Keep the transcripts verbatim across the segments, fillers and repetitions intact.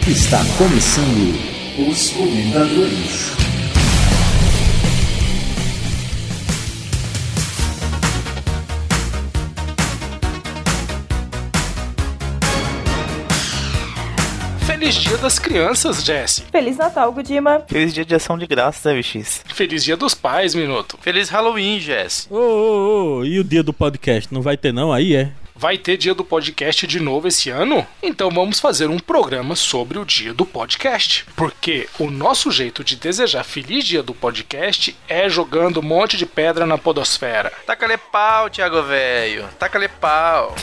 Está começando os Comentadores. Feliz Dia das Crianças, Jesse. Feliz Natal, Gudima. Feliz Dia de Ação de Graças, né, V X? Feliz Dia dos Pais, Minuto. Feliz Halloween, Jesse. Ô, ô, ô, e o dia do podcast? Não vai ter não? Aí é? Vai ter Dia do Podcast de novo esse ano? Então vamos fazer um programa sobre o Dia do Podcast. Porque o nosso jeito de desejar Feliz Dia do Podcast é jogando um monte de pedra na podosfera. Taca-lhe pau, Thiago velho. Taca-lhe pau.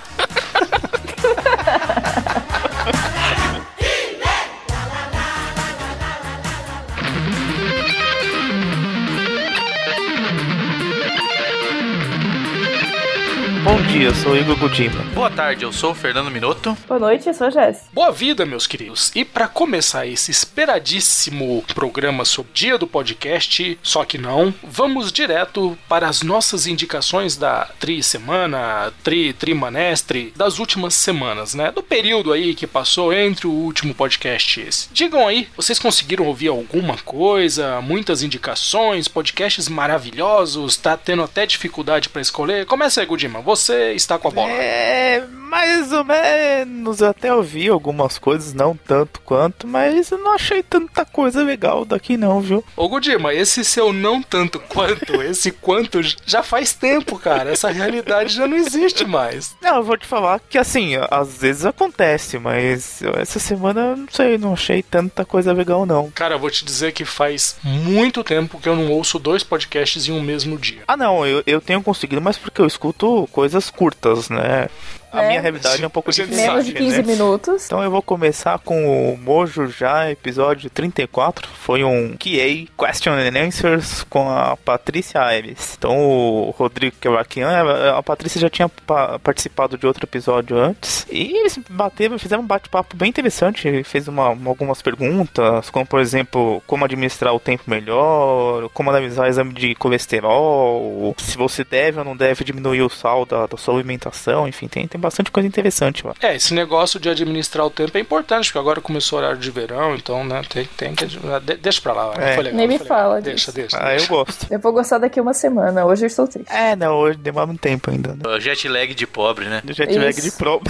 Bom dia, eu sou o Igor Gudima. Boa tarde, eu sou o Fernando Minuto. Boa noite, eu sou a Jess. Boa vida, meus queridos. E para começar esse esperadíssimo programa sobre o Dia do Podcast, só que não, vamos direto para as nossas indicações da tri-semana, tri-trimanestre, das últimas semanas, né? Do período aí que passou entre o último podcast e esse. Digam aí, vocês conseguiram ouvir alguma coisa? Muitas indicações, podcasts maravilhosos, tá tendo até dificuldade para escolher? Começa aí, Gudima, você está com a bola. É, mais ou menos. Eu até ouvi algumas coisas, não tanto quanto, mas eu não achei tanta coisa legal daqui não, viu? Ô Gudima, esse seu não tanto quanto, esse quanto já faz tempo, cara. Essa realidade já não existe mais. Não, eu vou te falar que assim, às vezes acontece, mas essa semana, não sei, não achei tanta coisa legal não. Cara, eu vou te dizer que faz muito tempo que eu não ouço dois podcasts em um mesmo dia. Ah não, eu, eu tenho conseguido, mas porque eu escuto coisas curtas, né? A É. minha realidade é um pouco Menos diferente, Menos de quinze né? minutos. Então eu vou começar com o Mojo já, episódio trinta e quatro. Foi um Q A, Question and Answers, com a Patrícia Aires. Então o Rodrigo Kevakian, a Patrícia já tinha pa- participado de outro episódio antes. E eles bateram, fizeram um bate-papo bem interessante. Ele fez uma, algumas perguntas, como por exemplo, como administrar o tempo melhor, como analisar o exame de colesterol, se você deve ou não deve diminuir o sal da, da sua alimentação, enfim, tem, tem bastante coisa interessante lá. É, esse negócio de administrar o tempo é importante, porque agora começou o horário de verão, então, né, tem, tem que... de- Deixa pra lá, É. não foi legal. Nem não me foi legal. fala Deixa, disso. deixa. Ah, eu deixa. gosto. Eu vou gostar daqui uma semana. Hoje eu estou triste. É, não, hoje demora um tempo ainda, né? O jet lag de pobre, né? Do jet lag Isso. de prova.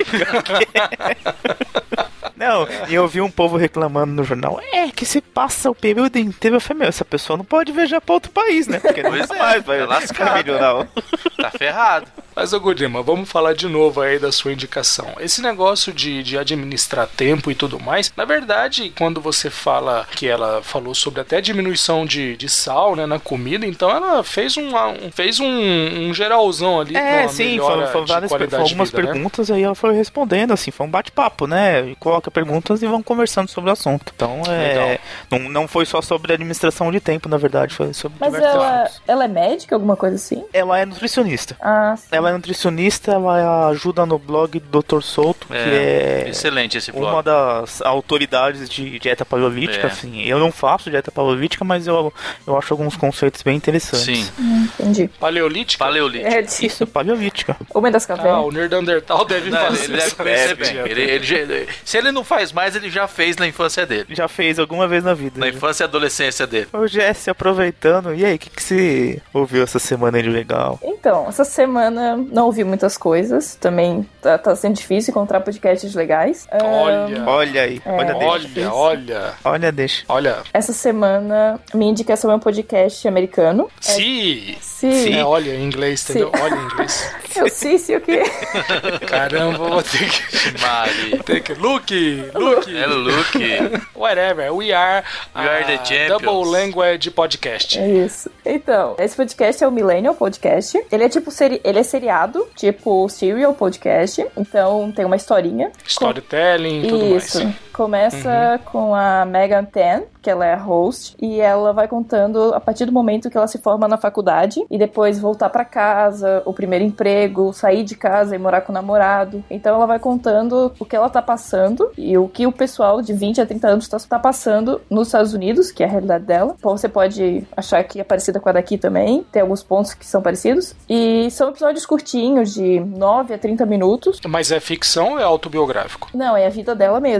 Não, e eu vi um povo reclamando no jornal. É, que se passa o período inteiro. Eu falei, meu, essa pessoa não pode viajar pra outro país, né? Porque Pois nunca é, mais vai tá lascado. melhorar. Tá ferrado. Mas, ô Gudima, vamos falar de novo aí da sua indicação. Esse negócio de, de administrar tempo e tudo mais, na verdade, quando você fala que ela falou sobre até diminuição de, de sal, né, na comida, então ela fez um, um- fez um, um geralzão ali. É, pra sim, melhora foram, foram de várias qualidade foram algumas de vida, né? perguntas, aí ela foi respondendo, assim, foi um bate-papo, né? E coloca perguntas e vão conversando sobre o assunto. Então, Legal. é. Não, não foi só sobre administração de tempo, na verdade, foi sobre Mas diversos ela, assuntos. ela é médica, alguma coisa assim? Ela é nutricionista. Ah, sim. Ela é nutricionista, ela ajuda no blog do doutor Souto, que é Excelente esse uma blog. das autoridades de dieta paleolítica, É. assim. Eu não faço dieta paleolítica, mas eu, eu acho alguns conceitos bem interessantes. Sim, Hum, entendi. Paleolítica? paleolítico. É de... Isso, paleolítica. Homem das Ah, cavernas. o Neandertal deve Não, fazer ele deve essa- conhecer essa bem. dieta. Ele, ele já- ele- se ele não faz mais, ele já fez na infância dele. Já fez alguma vez na vida. Na né? infância e adolescência dele. Ô, Jesse, aproveitando, e aí, o que, que você ouviu essa semana aí de legal? Então, essa semana não ouvi muitas coisas. Também tá, tá sendo difícil encontrar podcasts legais. Ah, Olha, Olha aí, É. olha, deixa. olha, olha, Olha, deixa. olha. Essa semana, minha indicação é um podcast americano. Sim, Sim. é, olha em inglês, entendeu? Sim. Olha em inglês. Eu sim, sim, o quê? Caramba, vou ter que... Mari. Tem que... Luke, Luke, É Luke. whatever, we are, We are the a champions. Double Language Podcast. É isso. Então, esse podcast é o Millennial Podcast. Ele é tipo seri... ele é seriado, tipo o Serial Podcast. Então tem uma historinha. Storytelling e tudo Isso. mais. Começa com a Megan Tan, que ela é a host, e ela vai contando a partir do momento que ela se forma na faculdade e depois voltar pra casa, o primeiro emprego, sair de casa e morar com o namorado. Então ela vai contando o que ela tá passando e o que o pessoal de vinte a trinta anos tá, tá passando nos Estados Unidos, que é a realidade dela. Bom, você pode achar que é parecida com a daqui também, tem alguns pontos que são parecidos. E são episódios curtinhos, de nove a trinta minutos. Mas é ficção ou é autobiográfico? Não, é a vida dela mesmo. É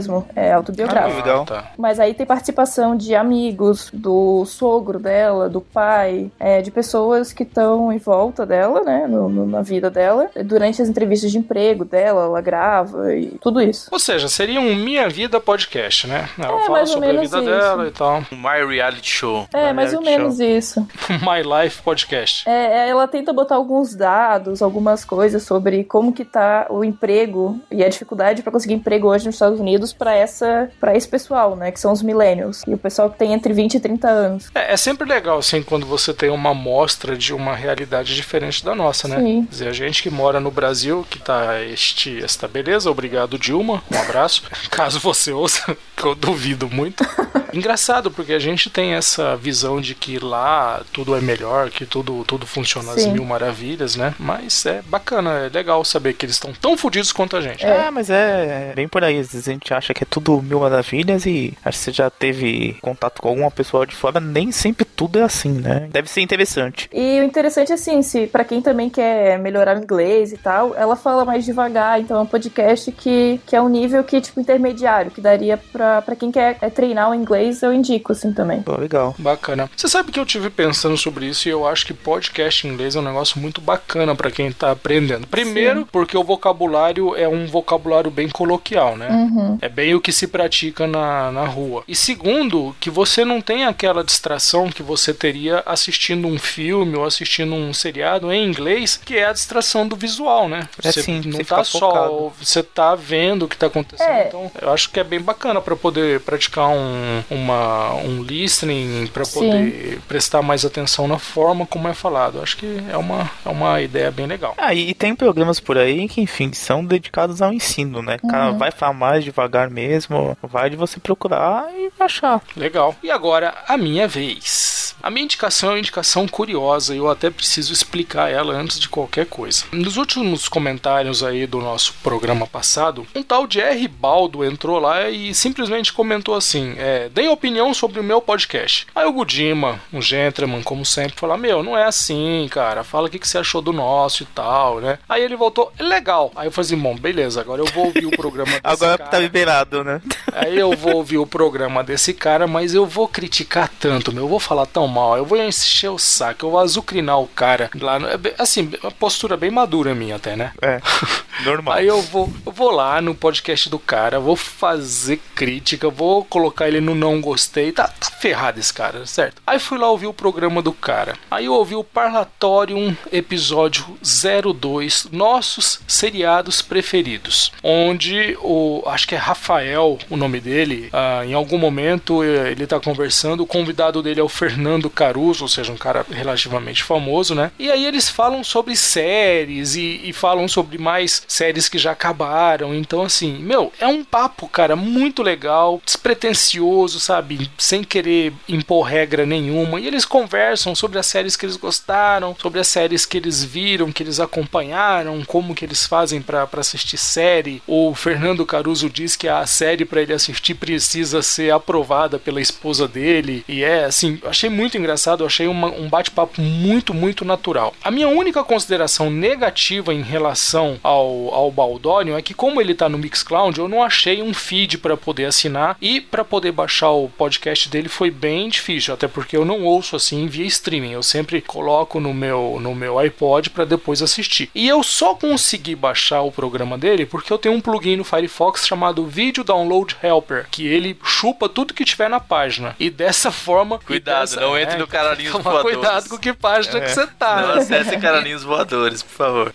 é autobiográfico. Ah, legal. tá. Mas aí tem participação de amigos, do sogro dela, do pai, é, de pessoas que estão em volta dela, né, no, no, na vida dela, durante as entrevistas de emprego dela, ela grava e tudo isso. Ou seja, seria um Minha Vida podcast, né? Ela É, fala mais ou sobre a menos vida isso. dela e tal. Um My Reality Show. É, mais ou reality menos isso. My Life podcast. É, ela tenta botar alguns dados, algumas coisas sobre como que tá o emprego e a dificuldade para conseguir emprego hoje nos Estados Unidos para essa, para esse pessoal, né, que são os millennials, e o pessoal que tem entre vinte e trinta anos. É, é sempre legal, assim, quando você tem uma amostra de uma realidade diferente da nossa, né? Sim. Quer dizer, a gente que mora no Brasil, que tá este, esta beleza, obrigado, Dilma, um abraço. Caso você ouça, que eu duvido muito. Engraçado, porque a gente tem essa visão de que lá tudo é melhor, que tudo, tudo funciona às Sim. mil maravilhas, né? Mas é bacana, é legal saber que eles estão tão fodidos quanto a gente. É, mas é bem por aí. Às vezes a gente acha que é tudo mil maravilhas e acho que você já teve contato com alguma pessoa de fora, nem sempre tudo é assim, né? Deve ser interessante. E o interessante é assim, se para quem também quer melhorar o inglês e tal, ela fala mais devagar, então é um podcast que, que é um nível que, tipo, intermediário, que daria pra, pra quem quer é, treinar o inglês, eu indico, assim, também. Pô, legal. Bacana. Você sabe que eu tive pensando sobre isso e eu acho que podcast em inglês é um negócio muito bacana pra quem tá aprendendo. Primeiro, Sim. porque o vocabulário é um vocabulário bem coloquial, né? Uhum. É bem o que se pratica na, na rua. E segundo, que você não tem aquela distração que você teria assistindo um filme ou assistindo um seriado em inglês, que é a distração do visual, né? É Você sim, não você tá fica só, focado. você tá vendo o que tá acontecendo. É. Então, eu acho que é bem bacana pra poder praticar um, uma, um listening, pra poder prestar mais atenção na forma como é falado. Eu acho que é uma, é uma ideia bem legal. Ah, e tem programas por aí que, enfim, são dedicados ao ensino, né? Cara, vai falar mais devagar mesmo, vai de você procurar e achar. Legal. E agora, a minha vez. A minha indicação é uma indicação curiosa e eu até preciso explicar ela antes de qualquer coisa. Nos últimos comentários aí do nosso programa passado, um tal de R. Baldo entrou lá e simplesmente comentou assim, é, deem opinião sobre o meu podcast. Aí o Gudima, um gentleman, como sempre, falou, meu, não é assim, cara, fala o que você achou do nosso e tal, né? Aí ele voltou, legal. Aí eu falei assim, bom, beleza, agora eu vou ouvir o programa desse Agora cara. tá liberado, né? Aí eu vou ouvir o programa desse cara, mas eu vou criticar tanto, meu, eu vou falar tão mal, eu vou encher o saco, eu vou azucrinar o cara lá, no, assim, uma postura bem madura minha até, né? É, normal. Aí eu vou, eu vou lá no podcast do cara, vou fazer crítica, vou colocar ele no não gostei, tá, tá ferrado esse cara, certo? Aí fui lá ouvir o programa do cara, aí eu ouvi o Parlatorium episódio zero dois, nossos seriados preferidos, onde o, acho que é Rafael o nome dele, ah, em algum momento ele tá conversando, o convidado dele é o Fernando Caruso, ou seja, um cara relativamente famoso, né? E aí eles falam sobre séries e, e falam sobre mais séries que já acabaram, então assim, meu, é um papo, cara, muito legal, despretensioso, sabe? Sem querer impor regra nenhuma, e eles conversam sobre as séries que eles gostaram, sobre as séries que eles viram, que eles acompanharam, como que eles fazem pra, pra assistir série. O Fernando Caruso diz que a série pra ele assistir precisa ser aprovada pela esposa dele, e é assim, eu achei muito engraçado, eu achei uma, um bate-papo muito, muito natural. A minha única consideração negativa em relação ao, ao Baldorium é que, como ele tá no Mixcloud, eu não achei um feed pra poder assinar, e pra poder baixar o podcast dele foi bem difícil, até porque eu não ouço assim via streaming, eu sempre coloco no meu, no meu iPod pra depois assistir. E eu só consegui baixar o programa dele porque eu tenho um plugin no Firefox chamado Video Download Helper, que ele chupa tudo que tiver na página. E dessa forma... Cuidado, dessa, não entre é, no Caralhinhos toma Voadores. Cuidado com que página É. que você tá, Não né? acesse Caralhinhos Voadores, por favor.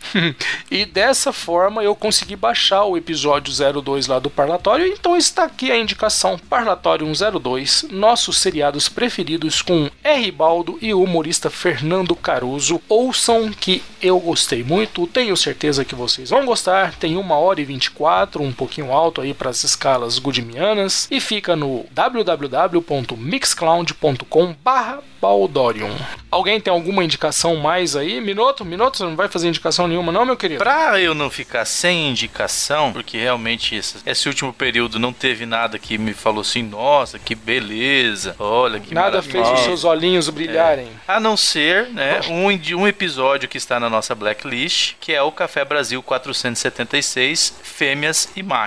E dessa forma eu consegui baixar o episódio zero dois lá do Parlatório, então está aqui a indicação Parlatório zero dois, nossos seriados preferidos com R. Baldo e o humorista Fernando Caruso. Ouçam que eu gostei muito, tenho certeza que vocês vão gostar, tem uma hora e vinte e quatro, um pouquinho alto aí para as escalas goodimianas, e fica no w w w ponto mixcloud ponto com barra Baldorium. Alguém tem alguma indicação mais aí? Minuto? Minuto? Você não vai fazer indicação nenhuma não, meu querido? Pra eu não ficar sem indicação, porque realmente esse, esse último período não teve nada que me falou assim, nossa, que beleza, olha que Nada maravilha. fez os seus olhinhos brilharem. A não ser, né, um, indi- um episódio que está na nossa blacklist, que é o Café Brasil quatrocentos e setenta e seis, Fêmeas e Macho.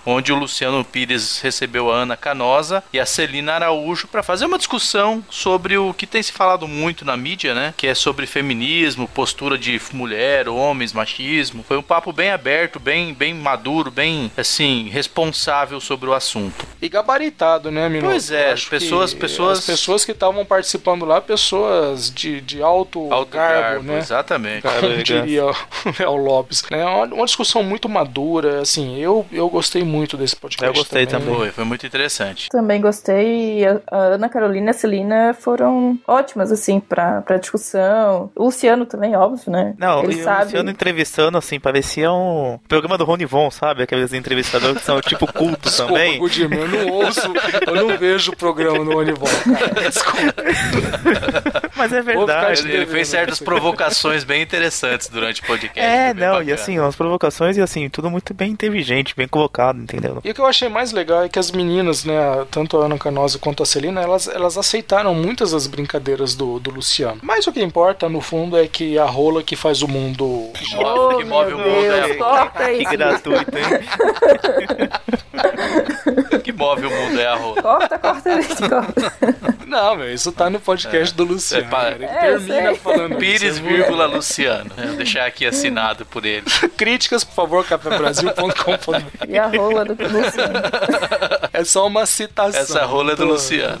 onde o Luciano Pires recebeu a Ana Canosa e a Celina Araújo para fazer uma discussão sobre o que tem se falado muito na mídia, né? Que é sobre feminismo, postura de mulher, homens, machismo. Foi um papo bem aberto, bem, bem maduro, bem, assim, responsável sobre o assunto. E gabaritado, né, Minuto? Pois é, as pessoas, pessoas... As pessoas que estavam participando lá, pessoas de, de alto, alto garbo, garbo, né? Exatamente. Como diria o Léo Lopes. É uma, uma discussão muito madura, assim, eu, eu gostei muito desse podcast. Eu gostei também. também. Foi, foi muito interessante. Também gostei. A Ana Carolina e a Celina foram ótimas, assim, pra, pra discussão. O Luciano também, óbvio, né? Não, Ele e sabe... o Luciano entrevistando, assim, parecia um programa do Rony Von, sabe? Aqueles entrevistadores que são tipo culto Desculpa, também. Gudim, eu não ouço, eu não vejo o programa no Onivon, cara. Desculpa. Mas é verdade. Ele, ele fez certas provocações bem interessantes durante o podcast. É, não, bacana. e assim, umas provocações e assim, tudo muito bem inteligente, bem colocado, entendeu? E o que eu achei mais legal é que as meninas, né, tanto a Ana Canosa quanto a Celina, elas, elas aceitaram muitas das brincadeiras do, do Luciano. Mas o que importa, no fundo, é que a rola que faz o mundo... Que move, Oh, que move o meu mundo Deus, é a corta Que isso. gratuito, hein? rola. Que move o mundo é a rola. Corta, corta isso, corta. Não, meu, isso tá no podcast do Luciano. É, pa- Ele É, eu termina sei. falando Pires, isso. vírgula, Luciano. Vou deixar aqui assinado por ele. Críticas, por favor, café brasil ponto com ponto b r. E a rola do Luciano. É só uma citação. Essa rola é do Tô- Luciano.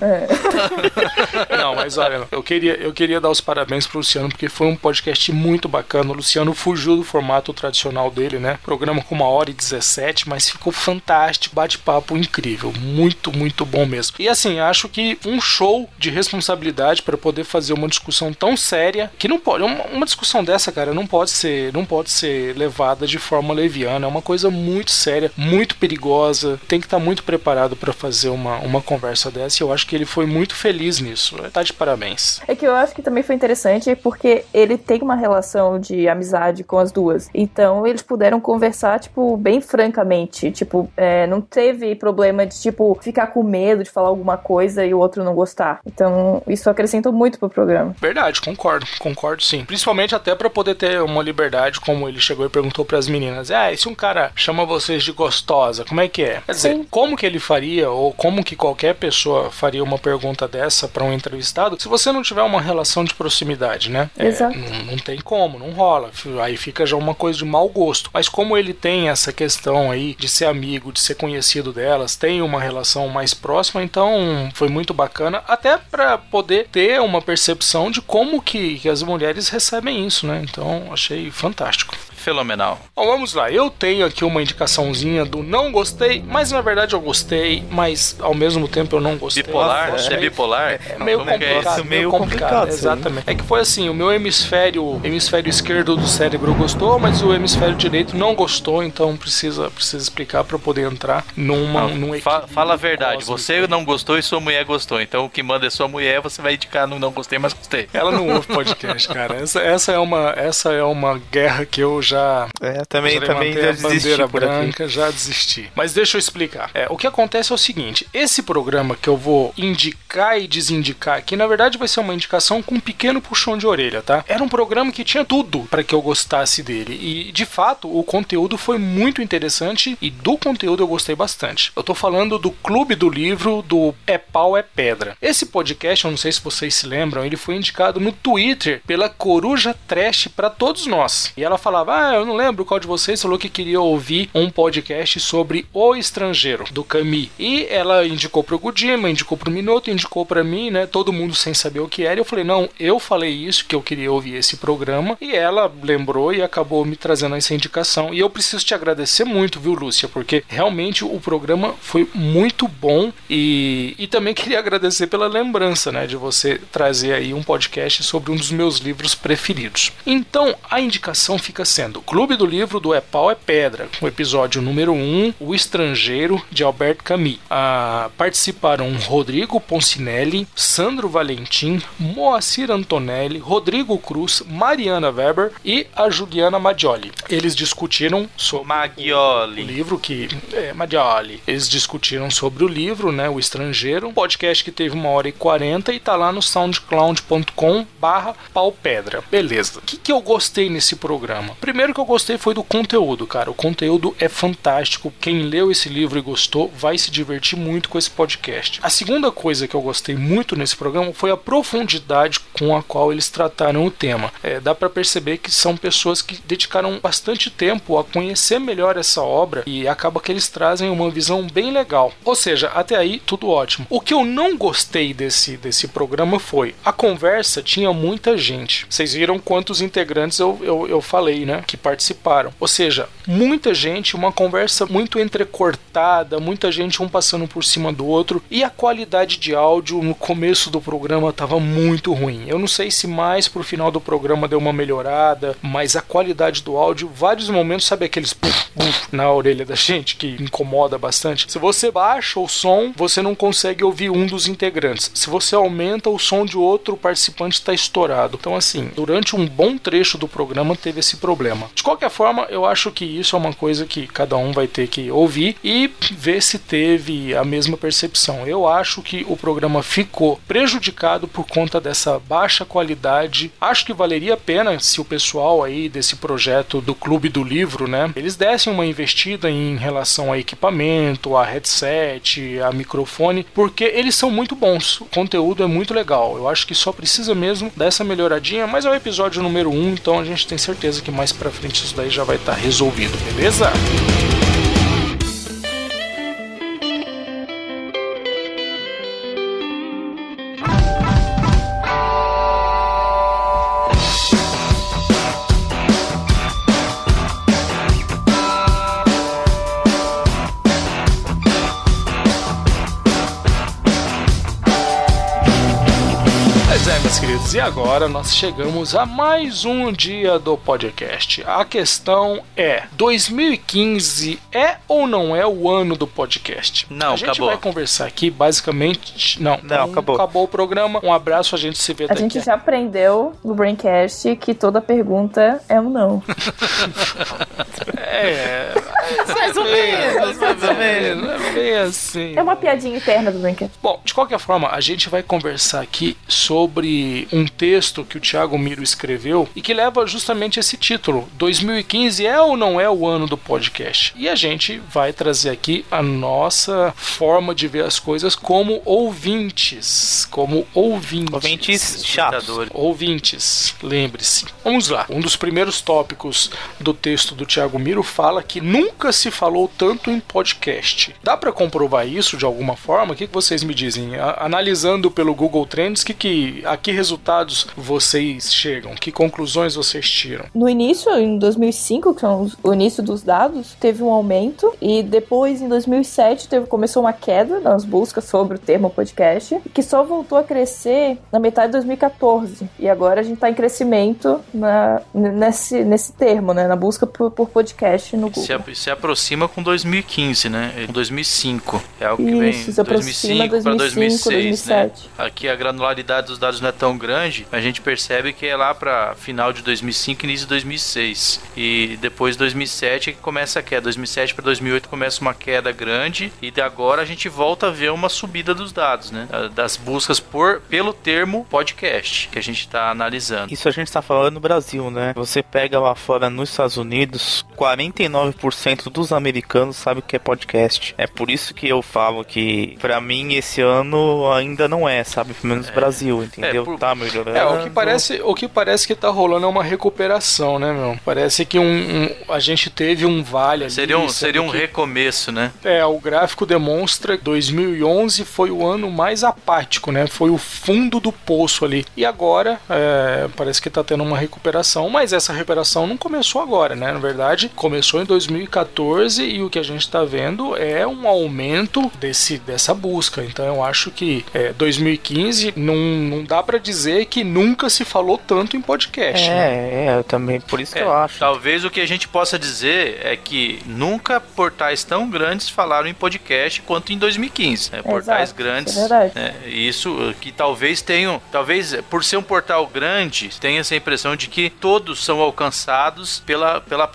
Não, mas olha, eu queria, eu queria dar os parabéns pro Luciano, porque foi um podcast muito bacana. O Luciano fugiu do formato tradicional dele, né? Programa com uma hora e dezessete, mas ficou fantástico, bate-papo incrível. Muito, muito bom mesmo. E assim, acho que um show de responsabilidade para poder fazer uma discussão tão séria, que não pode, uma, uma discussão dessa, cara, não pode ser, não pode ser levada de forma leviana. É uma coisa muito séria, muito perigosa. Tem que estar muito preparado para fazer uma, uma conversa dessa, e eu acho que ele foi muito feliz nisso. Tá de parabéns. É que eu acho que também foi interessante porque ele tem uma relação de amizade com as duas. Então eles puderam conversar, tipo, bem francamente. Tipo, é, não teve problema de, tipo, ficar com medo de falar alguma coisa e o outro não gostar. Então isso acrescentou muito pro programa. Verdade, concordo, concordo sim. Principalmente até pra poder ter uma liberdade, como ele chegou e perguntou pras meninas: ah, e se um cara chama vocês de gostosa, como é que é? Quer dizer, Sim. como que ele faria, ou como que qualquer pessoa faria uma pergunta dessa pra um entrevistado, se você não tiver uma relação de proximidade, né? É, Exato. não, não tem como, não rola. Aí fica já uma coisa de mau gosto. Mas como ele tem essa questão aí de ser amigo, de ser conhecido delas, tem uma relação mais próxima, então foi muito bacana, até pra poder ter uma percepção de como que, que as mulheres recebem isso, né? Então achei fantástico. Fenomenal. Bom, vamos lá. Eu tenho aqui uma indicaçãozinha do não gostei, mas na verdade eu gostei, mas ao mesmo tempo eu não gostei. Bipolar? Nossa, É bipolar? é meio Como que é complicado, isso? meio Meio complicado, complicado isso aí. exatamente. É que foi assim, o meu hemisfério, hemisfério esquerdo do cérebro gostou, mas o hemisfério direito não gostou, então precisa, precisa explicar para poder entrar numa, Não, num fa- equilíbrio fala a verdade, cósmico. você não gostou e sua mulher gostou. Então o que manda é sua mulher, você vai indicar no não gostei, mas gostei. Ela não ouve podcast, cara. Essa, essa, é uma, essa é uma guerra que eu já É, também, já também levantei já a desisti bandeira por aqui. branca, já desisti. Mas deixa eu explicar. É, o que acontece é o seguinte: esse programa que eu vou indicar e desindicar aqui, na verdade vai ser uma indicação com um pequeno puxão de orelha, tá? Era um programa que tinha tudo para que eu gostasse dele. E, de fato, o conteúdo foi muito interessante e do conteúdo eu gostei bastante. Eu tô falando do Clube do Livro do É Pau é Pedra. Esse podcast, eu não sei se vocês se lembram, ele foi indicado no Twitter pela Coruja Trash para todos nós. E ela falava: ah, eu não lembro qual de vocês falou que queria ouvir um podcast sobre O Estrangeiro, do Camus. E ela indicou pro Gudima, indicou pro Minuto, indicou pra mim, né? Todo mundo sem saber o que era. E eu falei: não, eu falei isso, que eu queria ouvir esse programa. E ela lembrou e acabou me trazendo essa indicação. E eu preciso te agradecer muito, viu, Lúcia? Porque realmente o programa foi muito bom. E, e também queria agradecer pela lembrança, né? De você trazer aí um podcast sobre um dos meus livros preferidos. Então, a indicação fica sendo Clube do Livro do É Pau é Pedra, o episódio número um, O Estrangeiro, de Albert Camus. Ah, participaram Rodrigo Poncinelli, Sandro Valentim, Moacir Antonelli, Rodrigo Cruz, Mariana Weber e a Juliana Maggioli. Eles discutiram sobre o Maggioli. livro que... É, Maggioli. Eles discutiram sobre o livro, né, O Estrangeiro, um podcast que teve uma hora e quarenta e tá lá no soundcloud ponto com barra paupedra. Beleza. O que, que eu gostei nesse programa? Primeiro, primeiro que eu gostei foi do conteúdo, cara. O conteúdo é fantástico. Quem leu esse livro e gostou vai se divertir muito com esse podcast. A segunda coisa que eu gostei muito nesse programa foi a profundidade com a qual eles trataram o tema. É, dá pra perceber que são pessoas que dedicaram bastante tempo a conhecer melhor essa obra e acaba que eles trazem uma visão bem legal. Ou seja, até aí tudo ótimo. O que eu não gostei desse, desse programa foi a conversa tinha muita gente. Vocês viram quantos integrantes eu, eu, eu falei, né? Que participaram. Ou seja, muita gente, uma conversa muito entrecortada, muita gente um passando por cima do outro e a qualidade de áudio no começo do programa estava muito ruim. Eu não sei se mais pro final do programa deu uma melhorada, mas a qualidade do áudio, vários momentos, sabe aqueles puff, puff na orelha da gente que incomoda bastante? Se você baixa o som, você não consegue ouvir um dos integrantes. Se você aumenta o som de outro, o participante está estourado. Então assim, durante um bom trecho do programa teve esse problema. De qualquer forma, eu acho que isso é uma coisa que cada um vai ter que ouvir e ver se teve a mesma percepção. Eu acho que o programa ficou prejudicado por conta dessa baixa qualidade. Acho que valeria a pena se o pessoal aí desse projeto do Clube do Livro, né, eles dessem uma investida em relação a equipamento, a headset, a microfone, porque eles são muito bons. O conteúdo é muito legal. Eu acho que só precisa mesmo dessa melhoradinha, mas é o episódio número um, então a gente tem certeza que mais pra frente isso daí já vai estar resolvido, beleza? Meus queridos, e agora nós chegamos a mais um dia do podcast. A questão é, dois mil e quinze é ou não é o ano do podcast? Não, a gente acabou. vai conversar aqui basicamente... Não, Não, então, acabou. Acabou o programa. Um abraço, a gente se vê A daqui. gente já aprendeu no Braincast que toda pergunta é um não. É... Mais ou menos, mais ou menos. É bem assim. É uma piadinha interna do Braincast. Bom, de qualquer forma, a gente vai conversar aqui sobre um texto que o Thiago Miro escreveu e que leva justamente esse título. dois mil e quinze é ou não é o ano do podcast? E a gente vai trazer aqui a nossa forma de ver as coisas como ouvintes. Como ouvintes. Ouvintes chatos. Ouvintes, lembre-se. Vamos lá. Um dos primeiros tópicos do texto do Thiago Miro fala que nunca se falou tanto em podcast. Dá pra comprovar isso de alguma forma? O que vocês me dizem? A- analisando pelo Google Trends, que, que, a que resultados vocês chegam? Que conclusões vocês tiram? No início, em dois mil e cinco, que é o início dos dados, teve um aumento e depois, em dois mil e sete, teve, começou uma queda nas buscas sobre o termo podcast, que só voltou a crescer na metade de dois mil e quatorze. E agora a gente tá em crescimento na, nesse, nesse termo, né? Na busca por, por podcast no Google. Se, a- se aproxima com dois mil e quinze, né? Com dois mil e cinco. É algo que Isso, vem se dois mil e aproxima cinco para dois mil e seis, dois mil e sete. né? Aqui a granularidade dos dados não é tão grande, a gente percebe que é lá para final de dois mil e cinco, início de dois mil e seis. E depois de dois mil e sete é que começa a queda. dois mil e sete para dois mil e oito começa uma queda grande e de agora a gente volta a ver uma subida dos dados, né? Das buscas por, pelo termo podcast que a gente está analisando. Isso a gente tá falando no Brasil, né? Você pega lá fora nos Estados Unidos, quarenta e nove por cento dos americanos sabem o que é podcast. É por isso que eu falo que, pra mim, esse ano ainda não é, sabe? Pelo menos no Brasil, entendeu? É, por- Tá melhorando. É, o que parece, o que parece que tá rolando é uma recuperação, né, meu? Parece que um, um- a gente teve um vale ali. Seria um, sendo seria um que- recomeço, né? É, o gráfico demonstra que dois mil e onze foi o ano mais apático, né? Foi o fundo do poço ali. E agora, é, parece que tá tendo uma recuperação, mas essa recuperação não começou agora, né? Na verdade, começou em dois mil e quatorze e o que a gente tá vendo é um aumento desse, dessa busca. Então eu acho que é, dois mil e quinze não, não dá pra dizer que nunca se falou tanto em podcast, né? É, é, eu também, por isso que É, eu acho. Talvez o que a gente possa dizer é que nunca portais tão grandes falaram em podcast quanto em dois mil e quinze. Né? Portais Exato, grandes. isso é verdade. Né? Isso uh, que talvez tenham, talvez por ser um portal grande, tenha essa impressão de que todos são alcançados pela, pela palavra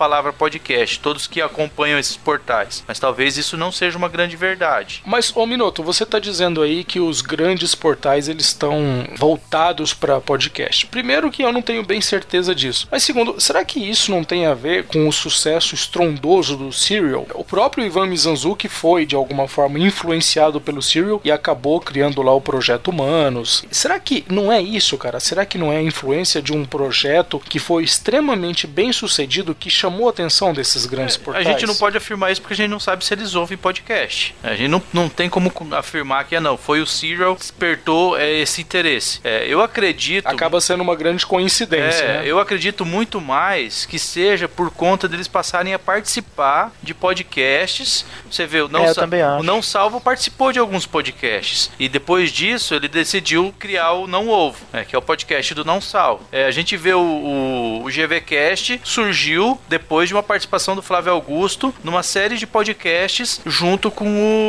podcast, todos que acompanham esses portais. Mas talvez isso não seja uma grande verdade. Mas, ô Minoto, você está dizendo aí que os grandes portais eles estão voltados para podcast. Primeiro que eu não tenho bem certeza disso. Mas segundo, será que isso não tem a ver com o sucesso estrondoso do Serial? O próprio Ivan Mizanzuki foi, de alguma forma, influenciado pelo Serial e acabou criando lá o Projeto Humanos. Será que não é isso, cara? Será que não é a influência de um projeto que foi extremamente bem sucedido, que chamou a atenção desses grandes é, portais? A gente não pode afirmar isso porque a gente não sabe se eles ouvem podcast. A gente não, não tem como afirmar que, ah, não, foi o Serial que despertou é, esse interesse. É, eu acredito... Acaba sendo uma grande coincidência, é, né? Eu acredito muito mais que seja por conta deles passarem a participar de podcasts. Você vê, o Não, é, Sa- o Não Salvo participou de alguns podcasts. E depois disso, ele decidiu criar o Não Ovo, né, que é o podcast do Não Salvo. É, a gente vê o, o, o GVCast surgiu depois de uma participação do Flávio Augusto numa série de podcasts junto com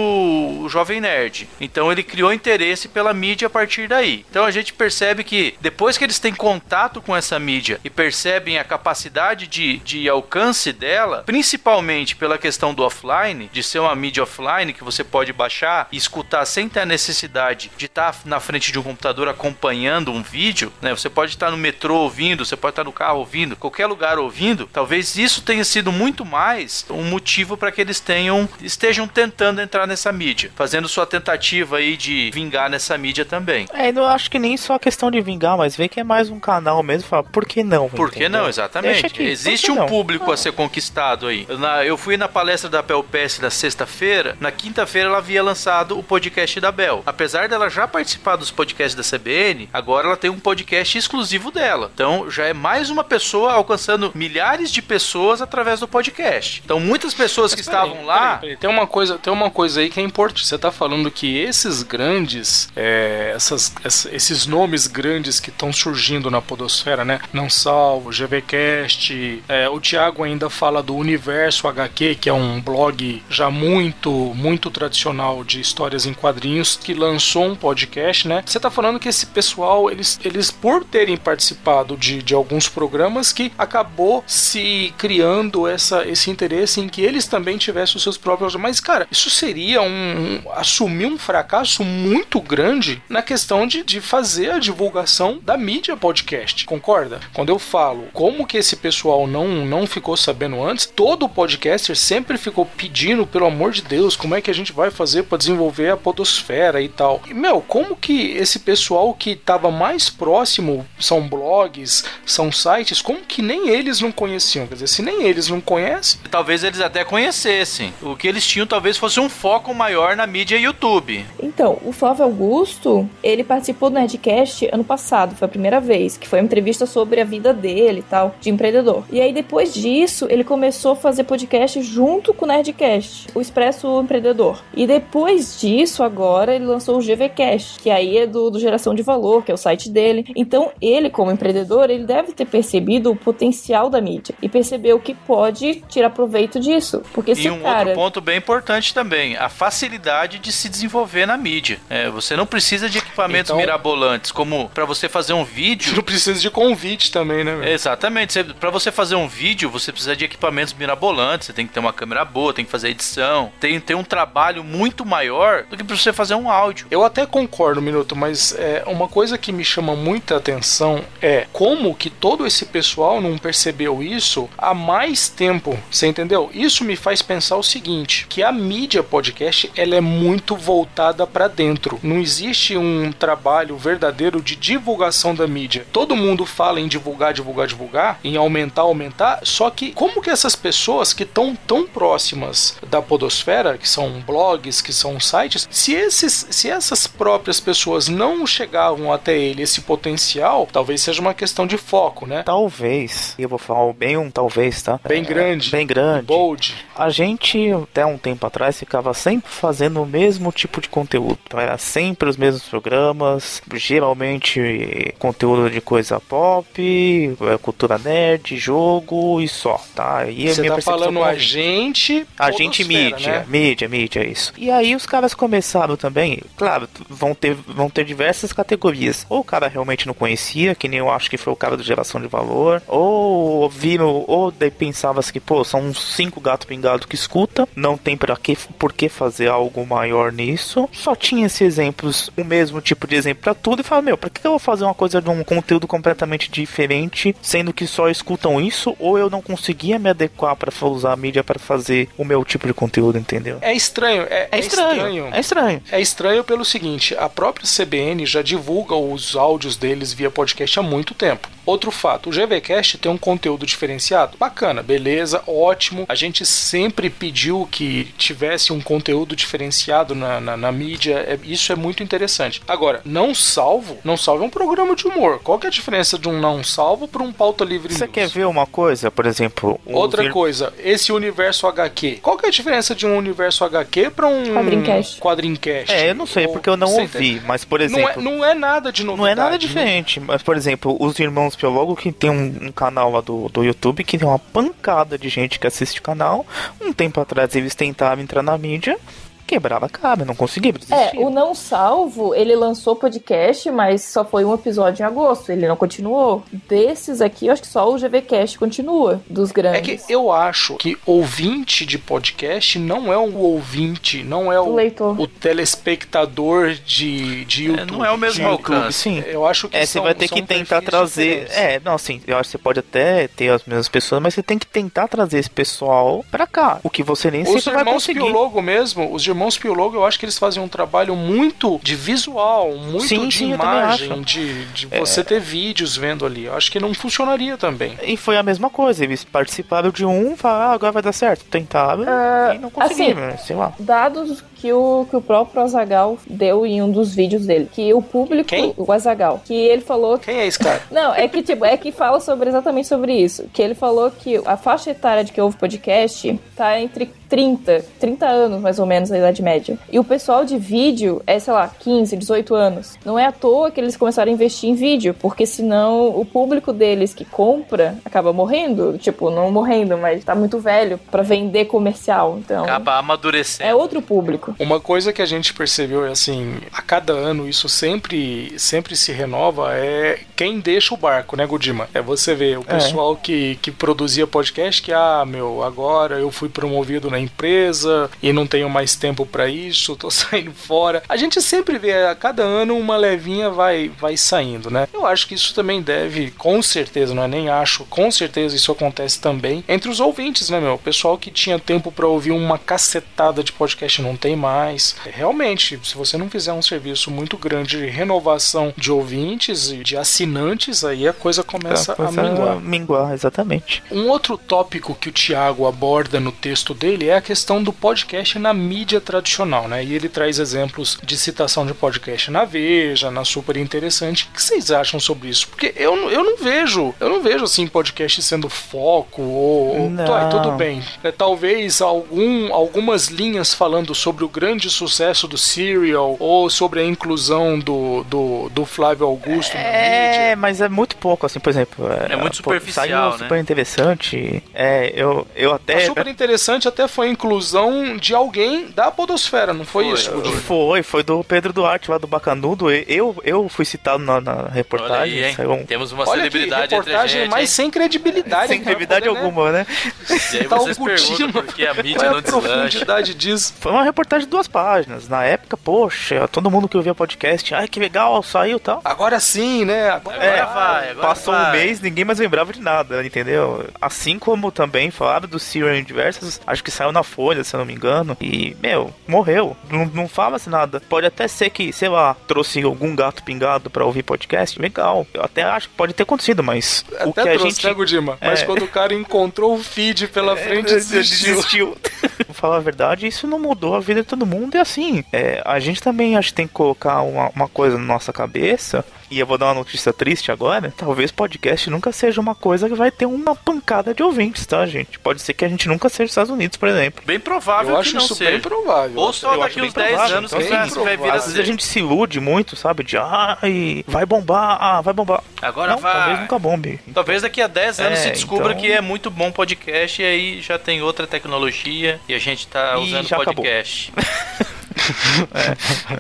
o, o Jovem Nerd. Então ele criou interesse pela mídia a partir daí. Então a gente percebe que depois que eles têm contato com essa mídia e percebem a capacidade de, de alcance dela, principalmente pela questão do offline, de ser uma mídia offline que você pode baixar e escutar sem ter a necessidade de estar na frente de um computador acompanhando um vídeo, né? Você pode estar no metrô ouvindo, você pode estar no carro ouvindo, qualquer lugar ouvindo. Talvez isso tenha sido muito mais um motivo para que eles tenham, estejam tentando entrar nessa mídia, fazendo sua tentativa aí de vingar nessa mídia também. É, eu acho que nem só a questão de vingar, mas ver que é mais um canal mesmo, fala, por que não? Por que não, exatamente. Aqui, existe um não? público ah. a ser conquistado aí. Na, eu fui na palestra da Bel Pass na sexta-feira, na quinta-feira ela havia lançado o podcast da Bel. Apesar dela já participar dos podcasts da C B N, agora ela tem um podcast exclusivo dela. Então já é mais uma pessoa alcançando milhares de pessoas através do podcast. Então muitas pessoas Mas que peraí, estavam lá... Peraí, peraí. Tem uma coisa, tem uma coisa aí que é importante. Você tá falando que esses grandes, é, essas, esses nomes grandes que estão surgindo na podosfera, né? Não Salvo, GVCast, é, o Thiago ainda fala do Universo H Q, que é um blog já muito, muito tradicional de histórias em quadrinhos, que lançou um podcast, né? Você tá falando que esse pessoal, eles, eles por terem participado de, de alguns programas, que acabou se criando essa, esse interesse em que eles também tivessem os seus próprios... Mas, cara, isso seria um, um assumir um fracasso muito grande na questão de, de fazer a divulgação da mídia podcast, concorda? Quando eu falo como que esse pessoal não, não ficou sabendo antes, todo podcaster sempre ficou pedindo, pelo amor de Deus, como é que a gente vai fazer para desenvolver a podosfera e tal. E, meu, como que esse pessoal que estava mais próximo, são blogs, são sites, como que nem eles não conheciam? Quer dizer, se nem eles não conhecem... Talvez eles até conhecessem. O que eles tinham talvez fosse um foco maior na mídia YouTube. Então, o Flávio Augusto, ele participou do Nerdcast ano passado, foi a primeira vez, que foi uma entrevista sobre a vida dele e tal, de empreendedor. E aí, depois disso, ele começou a fazer podcast junto com o Nerdcast, o Expresso Empreendedor. E depois disso, agora, ele lançou o GVCast, que aí é do, do Geração de Valor, que é o site dele. Então, ele, como empreendedor, ele deve ter percebido o potencial da mídia e percebeu que pode tirar proveito disso. Porque se e um cara... outro ponto bem importante também, a facilidade de se desenvolver na mídia. É, você não precisa de equipamentos então, mirabolantes, como para você fazer um vídeo... Não precisa de convite também, né? Meu? Exatamente. Para você fazer um vídeo, você precisa de equipamentos mirabolantes, você tem que ter uma câmera boa, tem que fazer edição, tem, tem um trabalho muito maior do que para você fazer um áudio. Eu até concordo, Minuto, mas é, uma coisa que me chama muita atenção é como que todo esse pessoal não percebeu isso há mais tempo, você entendeu? Isso me faz pensar o seguinte, que a mídia podcast, ela é muito voltada para dentro. Não existe um trabalho verdadeiro de divulgação da mídia. Todo mundo fala em divulgar, divulgar, divulgar, em aumentar, aumentar, só que como que essas pessoas que estão tão próximas da podosfera, que são blogs, que são sites, se, esses, se essas próprias pessoas não chegavam até ele, esse potencial, talvez seja uma questão de foco, né? Talvez, eu vou falar bem um talvez, tá? Bem é, grande. Bem grande. Bold. A gente, até um tempo atrás, ficava sempre fazendo o mesmo tipo de conteúdo. Então, era sempre os mesmos programas, geralmente conteúdo de coisa pop, cultura nerd, jogo e só, tá? E Você tá falando a gente... A gente mídia, né? mídia, mídia, isso. E aí os caras começaram também, claro, vão ter, vão ter diversas categorias. Ou o cara realmente não conhecia, que nem eu acho que foi o cara do Geração de Valor, ou viram, ou de pensava assim, que, pô, são uns cinco gatos pingados que escuta, não tem pra que, por que fazer algo maior nisso. Só tinha esses exemplos, o mesmo tipo de exemplo pra tudo, e falava, meu, pra que eu vou fazer uma coisa de um conteúdo completamente diferente, sendo que só escutam isso, ou eu não conseguia me adequar pra usar a mídia pra fazer o meu tipo de conteúdo, entendeu? É estranho, é, É estranho, é estranho. É estranho pelo seguinte, a própria C B N já divulga os áudios deles via podcast há muito tempo. Outro fato, o GVCast tem um conteúdo diferenciado. Bacana, beleza, ótimo. A gente sempre pediu que tivesse um conteúdo diferenciado na, na, na mídia. É, isso é muito interessante. Agora, Não Salvo, Não Salvo é um programa de humor. Qual que é a diferença de um Não Salvo para um Pauta Livre Você News? quer ver uma coisa, por exemplo... Outra coisa, esse universo H Q. Qual que é a diferença de um universo H Q para um Quadrincast. quadrincast? É, eu não sei, Ou... porque eu não Você ouvi, entende? mas, por Não é, exemplo... não é nada de novidade. Não é nada diferente, mas, por exemplo, os Irmãos Piologo, que tem um, um canal lá do, do YouTube, que tem uma pancada de gente que assiste o canal. Um tempo atrás eles tentavam entrar na mídia, quebrava a cara, não conseguia desistir. É, o Não Salvo, ele lançou podcast, mas só foi um episódio em agosto, ele não continuou. Desses aqui, eu acho que só o GVCast continua, dos É grandes. que eu acho que ouvinte de podcast não é o ouvinte, não é o, O leitor. o telespectador de, de YouTube. não é o mesmo de YouTube. alcance. Sim. Eu acho que É, você são, vai ter são que tentar perfis trazer. diferentes. É, não, assim, eu acho que você pode até ter as mesmas pessoas, mas você tem que tentar trazer esse pessoal pra cá. O que você nem Os sempre vai irmãos conseguir. Piologo mesmo, os irmãos Piologo, eu acho que eles fazem um trabalho muito de visual, muito Sim, de sim, eu também imagem, acho. de, de você ter vídeos vendo ali. Eu acho que não funcionaria também. E foi a mesma coisa, eles participaram de um, falaram, ah, agora vai dar certo. Tentaram Ah, e não conseguiram, assim, sei lá. Dados que o, que o próprio Azaghal deu em um dos vídeos dele, que o público, Quem? o Azaghal, que ele falou que Quem é esse cara? não, é que tipo, é que fala sobre exatamente sobre isso. Que ele falou que a faixa etária de que ouve podcast tá entre trinta, trinta anos, mais ou menos, a idade média. E o pessoal de vídeo é, sei lá, quinze, dezoito anos. Não é à toa que eles começaram a investir em vídeo, porque senão o público deles que compra acaba morrendo. Tipo, não morrendo, mas tá muito velho pra vender comercial. Então, Acaba amadurecendo. é outro público. Uma coisa que a gente percebeu é assim, a cada ano isso sempre, sempre se renova, é quem deixa o barco, né, Godima? É você ver o pessoal que, que produzia podcast que, ah, meu, agora eu fui promovido na empresa e não tenho mais tempo pra isso, tô saindo fora. A gente sempre vê, a cada ano uma levinha vai, vai saindo, né? Eu acho que isso também deve, com certeza, não é nem acho, com certeza isso acontece também entre os ouvintes, né, meu? O pessoal que tinha tempo pra ouvir uma cacetada de podcast não tem mais. Realmente, se você não fizer um serviço muito grande de renovação de ouvintes e de assinantes, aí a coisa começa a minguar. minguar, exatamente. Um outro tópico que o Thiago aborda no texto dele é a questão do podcast na mídia tradicional, né? E ele traz exemplos de citação de podcast na Veja, na Super Interessante. O que vocês acham sobre isso? Porque eu, eu não vejo, eu não vejo assim podcast sendo foco ou, ou Não. tá, tudo bem. É, talvez algum, algumas linhas falando sobre o grande sucesso do Serial ou sobre a inclusão do, do, do Flávio Augusto na É, mídia. mas é muito pouco, assim, por exemplo. É muito pô, superficial, saiu né? super interessante. É, eu, eu até. A Super Interessante até foi a inclusão de alguém da podosfera, não foi, Foi, isso? foi. Gudir? Foi, foi do Pedro Duarte lá do Bacanudo. Eu, eu fui citado na, na Olha reportagem. aí, hein? Saiu um... Temos uma Olha que celebridade entre a reportagem gente. mais hein? sem credibilidade. Sem né? credibilidade Poder, né? alguma, né? E aí Tá vocês o perguntam Gudima. por que a mídia Qual é não a deslancha. profundidade disso? Foi uma reportagem de duas páginas. Na época, poxa, todo mundo que ouvia podcast, ai que legal, saiu e tal. Agora sim, né? Agora, Agora vai, agora Passou vai. um mês, ninguém mais lembrava de nada, entendeu? Assim como também falaram do Serial em diversas, acho que saiu na Folha, se eu não me engano. E, meu, morreu. Não, não fala-se nada. Pode até ser que, sei lá, trouxe algum gato pingado pra ouvir podcast. Legal. Eu até acho que pode ter acontecido, mas o que Até a trouxe, gente... né, Gudima? Mas É. quando o cara encontrou o feed pela frente, É, desistiu. desistiu. Pra falar a verdade, isso não mudou a vida de todo mundo. E assim, é, a gente também acho que tem que colocar uma, uma coisa na nossa cabeça. E eu vou dar uma notícia triste agora. Talvez podcast nunca seja uma coisa que vai ter uma pancada de ouvintes, tá, gente? Pode ser que a gente nunca seja Estados Unidos, por exemplo. Bem provável Eu que acho não isso seja. bem provável. Ou só Eu daqui acho uns bem dez provável, anos então, que vai, assim, vai vir a Às vezes a ser. gente se ilude muito, sabe? De, ai, vai bombar, ah, vai bombar. Agora não, vai. talvez nunca bombe. Talvez daqui a dez anos É, se descubra então- que é muito bom podcast e aí já tem outra tecnologia e a gente tá E usando já acabou. podcast. É.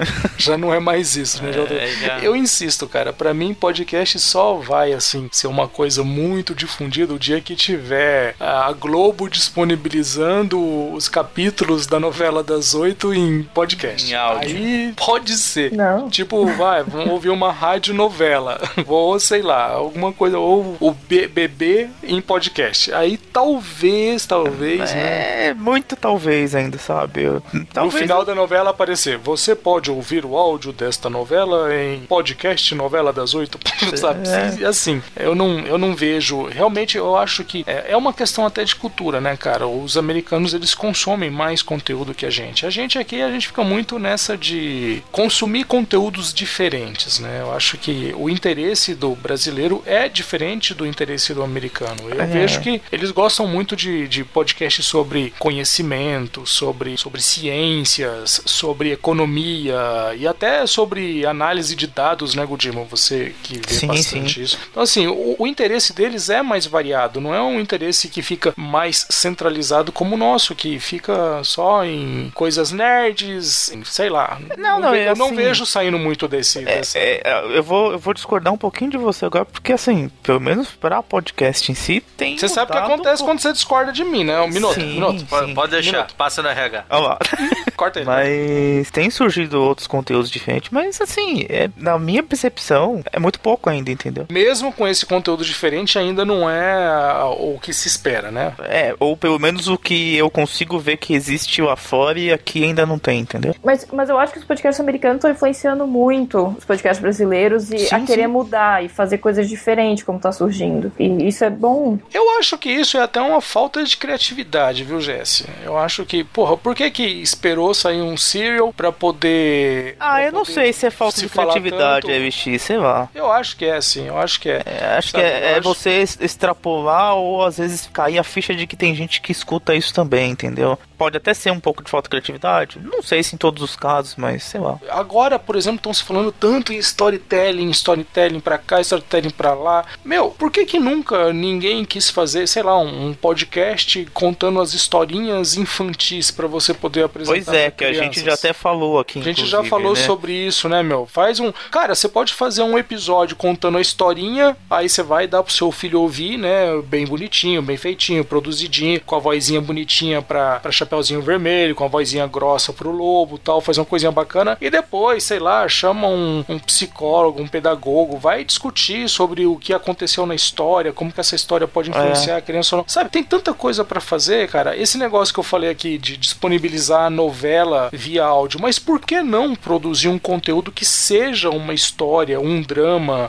Já não é mais isso, né? É, já... Eu insisto, cara, pra mim podcast só vai, assim, ser uma coisa muito difundida o dia que tiver a Globo disponibilizando os capítulos da novela das oito em podcast. Em áudio. Aí pode ser. Não. Tipo, vai, vamos ouvir uma rádio novela, ou sei lá, alguma coisa, ou o B B B em podcast. Aí talvez, talvez, é, né? É, muito talvez ainda, sabe? Eu, talvez no final eu... da novela aparecer, você pode ouvir o áudio desta novela em podcast Novela das Oito, sabe? É. Assim, eu não, eu não vejo, realmente eu acho que é, é uma questão até de cultura, né, cara? Os americanos, eles consomem mais conteúdo que a gente. A gente aqui, a gente fica muito nessa de consumir conteúdos diferentes, né? Eu acho que o interesse do brasileiro é diferente do interesse do americano. Eu é. vejo que eles gostam muito de, de podcasts sobre conhecimento, sobre, sobre ciências, sobre economia e até sobre análise de dados, né, Gudimo? Você que vê sim, bastante sim. isso. Então, assim, o, o interesse deles é mais variado, não é um interesse que fica mais centralizado como o nosso, que fica só em coisas nerds, em, sei lá. Não, não, ve, é eu não assim, vejo saindo muito desse... É, dessa... é, eu, vou, eu vou discordar um pouquinho de você agora, porque assim, pelo menos pra podcast em si, tem Você sabe o que acontece um... quando você discorda de mim, né? Um minuto, sim, um minuto. Sim. Pode, pode deixar, minuto. Passa no R H. Olha lá. Corta ele. Mas tem surgido outros conteúdos diferentes, mas assim, é, na minha percepção, é muito pouco ainda, entendeu? Mesmo com esse conteúdo diferente, ainda não é o que se espera, né? É, ou pelo menos o que eu consigo ver que existe lá fora e aqui ainda não tem, entendeu? Mas, mas eu acho que os podcasts americanos estão influenciando muito os podcasts brasileiros e sim, a querer sim. mudar e fazer coisas diferentes como tá surgindo. E isso é bom. Eu acho que isso é até uma falta de criatividade, viu, Jesse? Eu acho que, porra, por que que esperou sair um serial pra poder... Ah, pra eu não poder sei se é falta se de criatividade, tanto? R X, sei lá. Eu acho que é, sim, eu acho que é. É, acho Sabe, que é, é acho... você extrapolar ou às vezes cair a ficha de que tem gente que escuta isso também, entendeu? Pode até ser um pouco de falta de criatividade. Não sei se em todos os casos, mas sei lá. Agora, por exemplo, estão se falando tanto em storytelling, storytelling pra cá, storytelling pra lá. Meu, por que que nunca ninguém quis fazer, sei lá, um, um podcast contando as historinhas infantis pra você poder apresentar? Pois é, que crianças? a gente já até falou aqui, A gente já falou né? sobre isso, né, meu? Faz um... Cara, você pode fazer um episódio contando a historinha, aí você vai dar pro seu filho ouvir, né, bem bonitinho, bem feitinho, produzidinho, com a vozinha bonitinha pra, pra Chapeuzinho Vermelho, com a vozinha grossa pro Lobo, tal, fazer uma coisinha bacana, e depois, sei lá, chama um, um psicólogo, um pedagogo, vai discutir sobre o que aconteceu na história, como que essa história pode influenciar é. a criança ou não. Sabe, tem tanta coisa pra fazer, cara. Esse negócio que eu falei aqui de disponibilizar a novela via áudio, mas por que não produzir um conteúdo que seja uma história, um drama,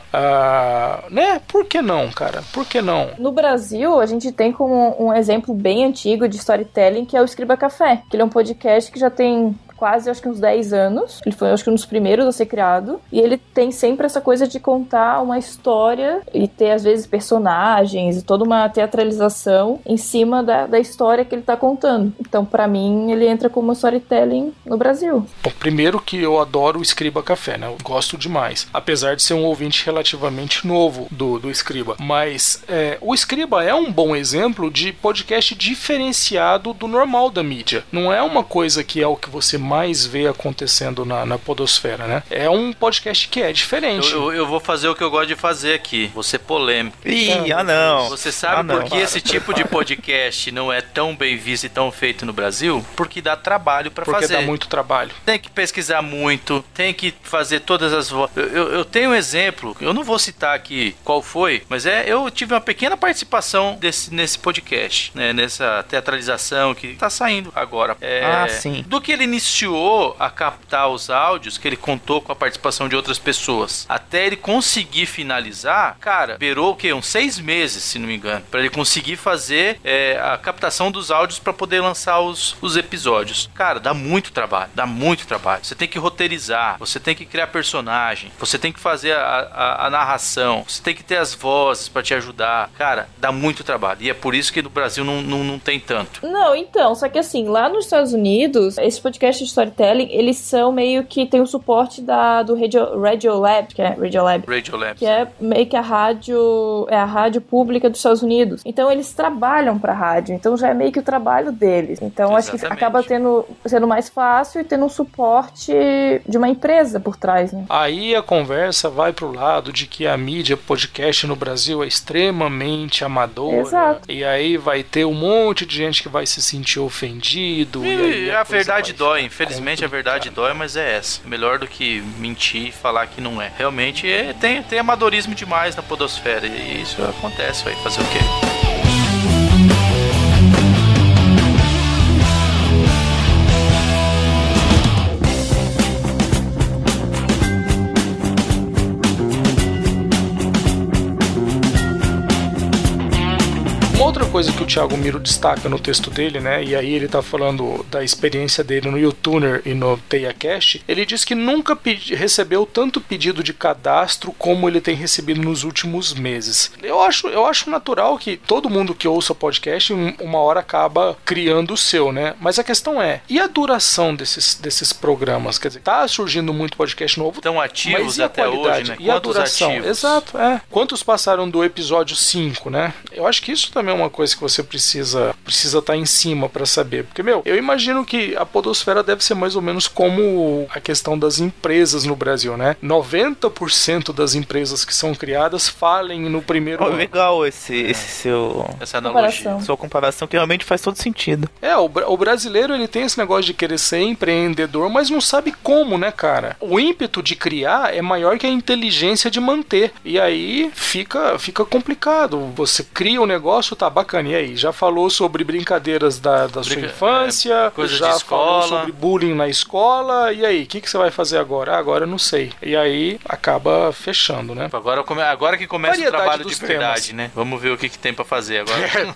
uh, né? Por que não, cara? Por que não? No Brasil, a gente tem como um exemplo bem antigo de storytelling, que é o Escriba Café, que ele é um podcast que já tem quase, acho que uns dez anos. Ele foi, acho que um dos primeiros a ser criado. E ele tem sempre essa coisa de contar uma história e ter, às vezes, personagens e toda uma teatralização em cima da, da história que ele tá contando. Então, pra mim, ele entra como storytelling no Brasil. Bom, primeiro que eu adoro o Escriba Café, né? Eu gosto demais. Apesar de ser um ouvinte relativamente novo do, do Escriba. Mas é, o Escriba é um bom exemplo de podcast diferenciado do normal da mídia. Não é uma coisa que é o que você mais vê acontecendo na, na podosfera, né? É um podcast que é diferente. Eu, eu, eu vou fazer o que eu gosto de fazer aqui. Vou ser polêmico. Ih, ah não. Você sabe ah, não. por que esse tipo de podcast não é tão bem visto e tão feito no Brasil? Porque dá trabalho pra Porque fazer. Porque dá muito trabalho. Tem que pesquisar muito, tem que fazer todas as... Vo... Eu, eu, eu tenho um exemplo, eu não vou citar aqui qual foi, mas é, eu tive uma pequena participação desse, nesse podcast, né? Nessa teatralização que tá saindo agora. É, ah, sim. Do que ele iniciou a captar os áudios, que ele contou com a participação de outras pessoas, até ele conseguir finalizar, cara, beirou o quê? Uns seis meses, se não me engano, pra ele conseguir fazer é, a captação dos áudios pra poder lançar os, os episódios. Cara, dá muito trabalho, dá muito trabalho. Você tem que roteirizar, você tem que criar personagem, você tem que fazer a, a, a narração, você tem que ter as vozes pra te ajudar. Cara, dá muito trabalho. E é por isso que no Brasil não, não, não tem tanto. Não, então, só que assim, lá nos Estados Unidos, esses podcasts Storytelling, eles são meio que tem o suporte da, do Radio, Radio Lab, que é Radio Lab, Radio Lab, que é meio que a rádio, é a rádio pública dos Estados Unidos. Então eles trabalham pra rádio, então já é meio que o trabalho deles. Então Exatamente. acho que acaba tendo, sendo mais fácil e tendo um suporte de uma empresa por trás, né? Aí a conversa vai pro lado de que a mídia podcast no Brasil é extremamente amadora. Exato. E aí vai ter um monte de gente que vai se sentir ofendido. E, E, aí a, a coisa verdade vai dói, ficar infelizmente a verdade complicada. dói, mas é essa. Melhor do que mentir e falar que não é. Realmente é, tem, tem amadorismo demais na podosfera e isso acontece, vai fazer o quê? Uma outra coisa que o Thiago Miro destaca no texto dele, né, e aí ele tá falando da experiência dele no YouTuner e no TeiaCast, ele diz que nunca pedi, recebeu tanto pedido de cadastro como ele tem recebido nos últimos meses. Eu acho, eu acho natural que todo mundo que ouça podcast uma hora acaba criando o seu, né, mas a questão é, e a duração desses, desses programas? Quer dizer, tá surgindo muito podcast novo, Tão ativos mas e a até qualidade? hoje, né? E a Quantos duração? ativos? Exato, é. Quantos passaram do episódio cinco, né? Eu acho que isso também é uma coisa que você precisa precisa estar em cima pra saber. Porque, meu, eu imagino que a podosfera deve ser mais ou menos como a questão das empresas no Brasil, né? noventa por cento das empresas que são criadas falem no primeiro Oh, ano. legal esse, esse seu, Essa analogia. Comparação. sua comparação, que realmente faz todo sentido. É, o, bra- o brasileiro ele tem esse negócio de querer ser empreendedor, mas não sabe como, né, cara? O ímpeto de criar é maior que a inteligência de manter. E aí fica, fica complicado. Você cria um negócio, tá bacana. E aí? Já falou sobre brincadeiras da, da sua Brinca- infância, é, coisas já de falou escola. sobre bullying na escola. E aí? O que, que você vai fazer agora? Ah, agora eu não sei. E aí acaba fechando, né? Agora, come- agora que começa Variedade o trabalho dos de verdade, temas. né? Vamos ver o que, que tem pra fazer agora.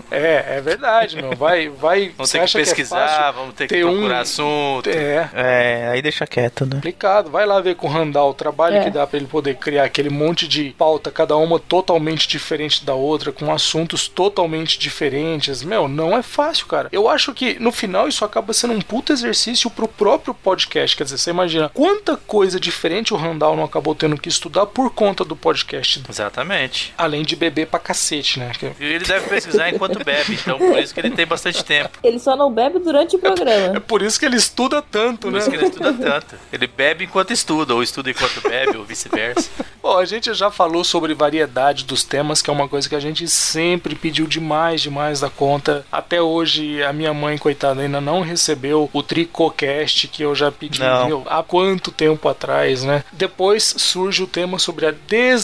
É, é verdade, meu. Vai, vai. Vamos você ter que acha é pesquisar, fácil vamos ter que ter um- procurar assunto. É. É, aí deixa quieto, né? Complicado. Vai lá ver com o Randall o trabalho É. que dá pra ele poder criar aquele monte de pauta, cada uma totalmente diferente da outra, com assuntos totalmente diferentes. Meu, não é fácil, cara. Eu acho que no final isso acaba sendo um puta exercício pro próprio podcast. Quer dizer, você imagina quanta coisa diferente o Randall não acabou tendo que estudar por conta do podcast. Exatamente. Além de beber pra cacete, né? Que- E ele deve pesquisar enquanto bebe, então por isso que ele tem bastante tempo. Ele só não bebe durante o É programa. por isso que ele estuda tanto, Por né? isso que ele estuda tanto. Ele bebe enquanto estuda, ou estuda enquanto bebe, ou vice-versa. Bom, a gente já falou sobre variedade dos temas, que é uma coisa que a gente sempre pediu demais, demais da conta. Até hoje, a minha mãe, coitada, ainda não recebeu o Tricocast, que eu já pedi Não. meu, há quanto tempo atrás, né? Depois surge o tema sobre a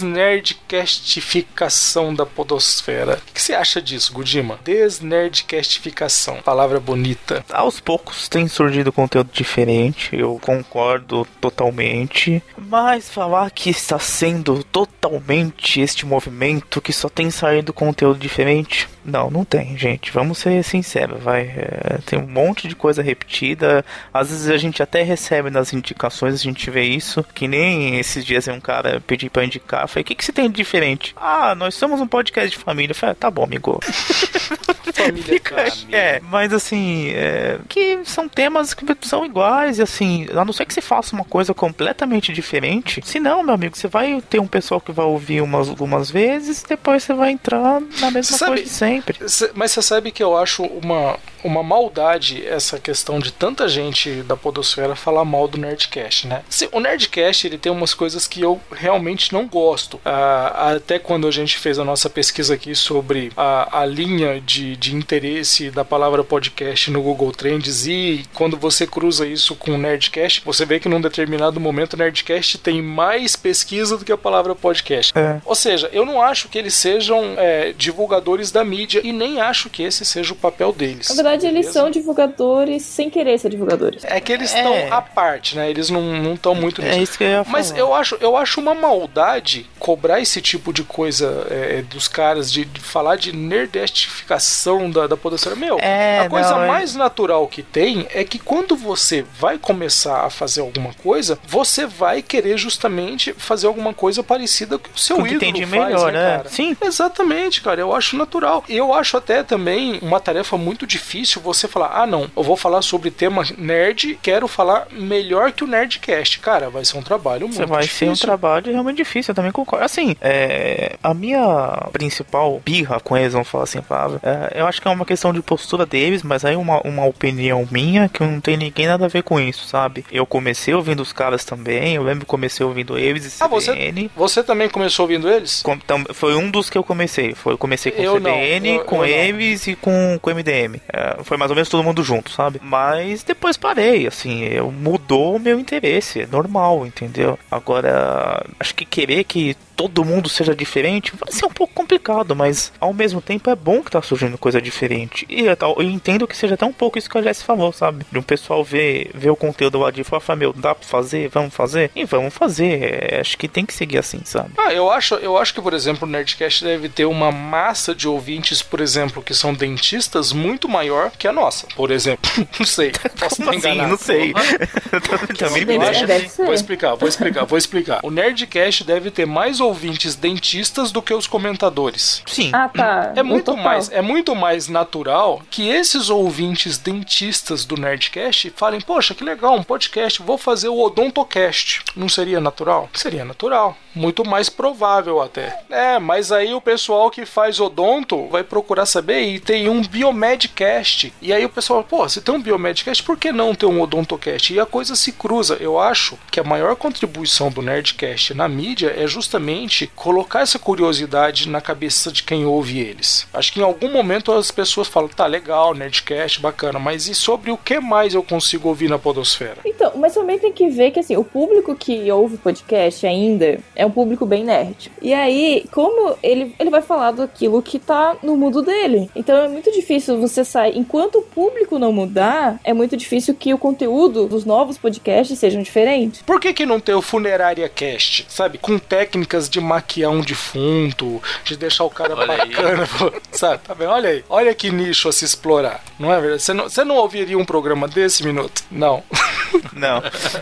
desnerdcastificação da podosfera. O que você acha disso, Gudima? Desnerdcastificação. Palavra bonita. Aos poucos tem surgido conteúdo diferente, eu concordo totalmente. Mas falar que está sendo totalmente este movimento que só tem saído conteúdo diferente, não, não tem, gente. Vamos ser sinceros, vai. É, tem um monte de coisa repetida. Às vezes a gente até recebe nas indicações, a gente vê isso. Que nem esses dias um cara pediu pra indicar. Eu falei, o que, que você tem de diferente? Ah, nós somos um podcast de família. Eu falei, ah, tá bom, amigo. Família Fica- é, mas assim, é, que são temas que são iguais, e assim, a não ser que você faça uma coisa completamente diferente, se não, meu amigo, você vai ter um pessoal que vai ouvir umas, algumas vezes, e depois você vai entrar na mesma Sabe- coisa de sempre. Cê- Mas você sabe que eu acho uma, uma maldade essa questão de tanta gente da podosfera falar mal do Nerdcast, né? Se- O Nerdcast, ele tem umas coisas que eu realmente não gosto. Ah, até quando a gente fez a nossa pesquisa aqui sobre a, a linha de, de interesse da palavra podcast no Google Trends, e quando você cruza isso com o Nerdcast, você vê que num determinado momento o Nerdcast tem mais pesquisa do que a palavra podcast. É. Ou seja, eu não acho que eles sejam é, divulgadores da mídia e nem acho que esse seja o papel deles. Na verdade, eles beleza? são divulgadores sem querer ser divulgadores. É que eles estão É. à parte, né? Eles não estão muito nisso. É isso que eu ia falar. Mas eu acho, eu acho uma maldade cobrar esse tipo de coisa é, dos caras, de, de falar de nerdestificação da, da podosfera. Meu, É, a coisa não, é- mais natural que tem é que quando você vai começar a fazer alguma coisa, você vai querer justamente fazer alguma coisa parecida com o seu Com o que ídolo tem de faz, melhor, né, né? cara? Sim. Exatamente, cara. Eu acho natural. Eu acho até também uma tarefa muito difícil difícil você falar, ah não, eu vou falar sobre tema nerd, quero falar melhor que o Nerdcast. Cara, vai ser um trabalho muito vai difícil. Vai ser um trabalho realmente difícil, eu também concordo. Assim, é, a minha principal birra com eles, vamos falar assim, Flávio, é, eu acho que é uma questão de postura deles, mas aí uma, uma opinião minha que não tem ninguém nada a ver com isso, sabe? Eu comecei ouvindo os caras também, eu lembro que comecei ouvindo eles e C B N. Ah, você, você também começou ouvindo eles? Com, tam, foi um dos que eu comecei. Foi, eu comecei com eu C B N, não, eu, com eu eles e com, com M D M. É, foi mais ou menos todo mundo junto, sabe? Mas depois parei, assim, eu, mudou o meu interesse, é normal, entendeu? Agora, acho que querer que todo mundo seja diferente vai ser um pouco complicado, mas ao mesmo tempo é bom que tá surgindo coisa diferente. E eu, eu entendo que seja até um pouco isso que a Jess falou, sabe? De um pessoal ver, ver o conteúdo lá de falar, meu, dá pra fazer? Vamos fazer? E vamos fazer. É, acho que tem que seguir assim, sabe? Ah, eu acho, eu acho que, por exemplo, o Nerdcast deve ter uma massa de ouvintes, por exemplo, que são dentistas muito maior que a nossa, por exemplo. Não sei. Posso Como estar enganado. Assim? Não sei. Também me acho, deixa. Vou explicar, vou explicar, vou explicar. O Nerdcast deve ter mais ouvintes dentistas do que os comentadores. Sim. Ah, tá. É muito mais, é muito mais natural que esses ouvintes dentistas do Nerdcast falem, poxa, que legal, um podcast, vou fazer o Odontocast. Não seria natural? Seria natural. Muito mais provável até. É, mas aí o pessoal que faz odonto vai procurar saber e tem um Biomedcast. E aí o pessoal, pô, se tem um Biomedcast, por que não ter um Odontocast? E a coisa se cruza. Eu acho que a maior contribuição do Nerdcast na mídia é justamente colocar essa curiosidade na cabeça de quem ouve eles. Acho que em algum momento as pessoas falam, tá, legal, Nerdcast, bacana, mas e sobre o que mais eu consigo ouvir na podosfera? Então, mas também tem que ver que, assim, o público que ouve podcast ainda é um público bem nerd. E aí, como ele, ele vai falar daquilo que tá no mundo dele. Então é muito difícil você sair. Enquanto o público não mudar, é muito difícil que o conteúdo dos novos podcasts sejam diferentes. Por que que não tem o Funerária Cast, sabe? Com técnicas de maquiar um defunto, de deixar o cara olha bacana, sabe? Tá bem? Olha aí, olha que nicho a se explorar. Não é verdade? Você não, você não ouviria um programa desse, Minuto? Não. Não.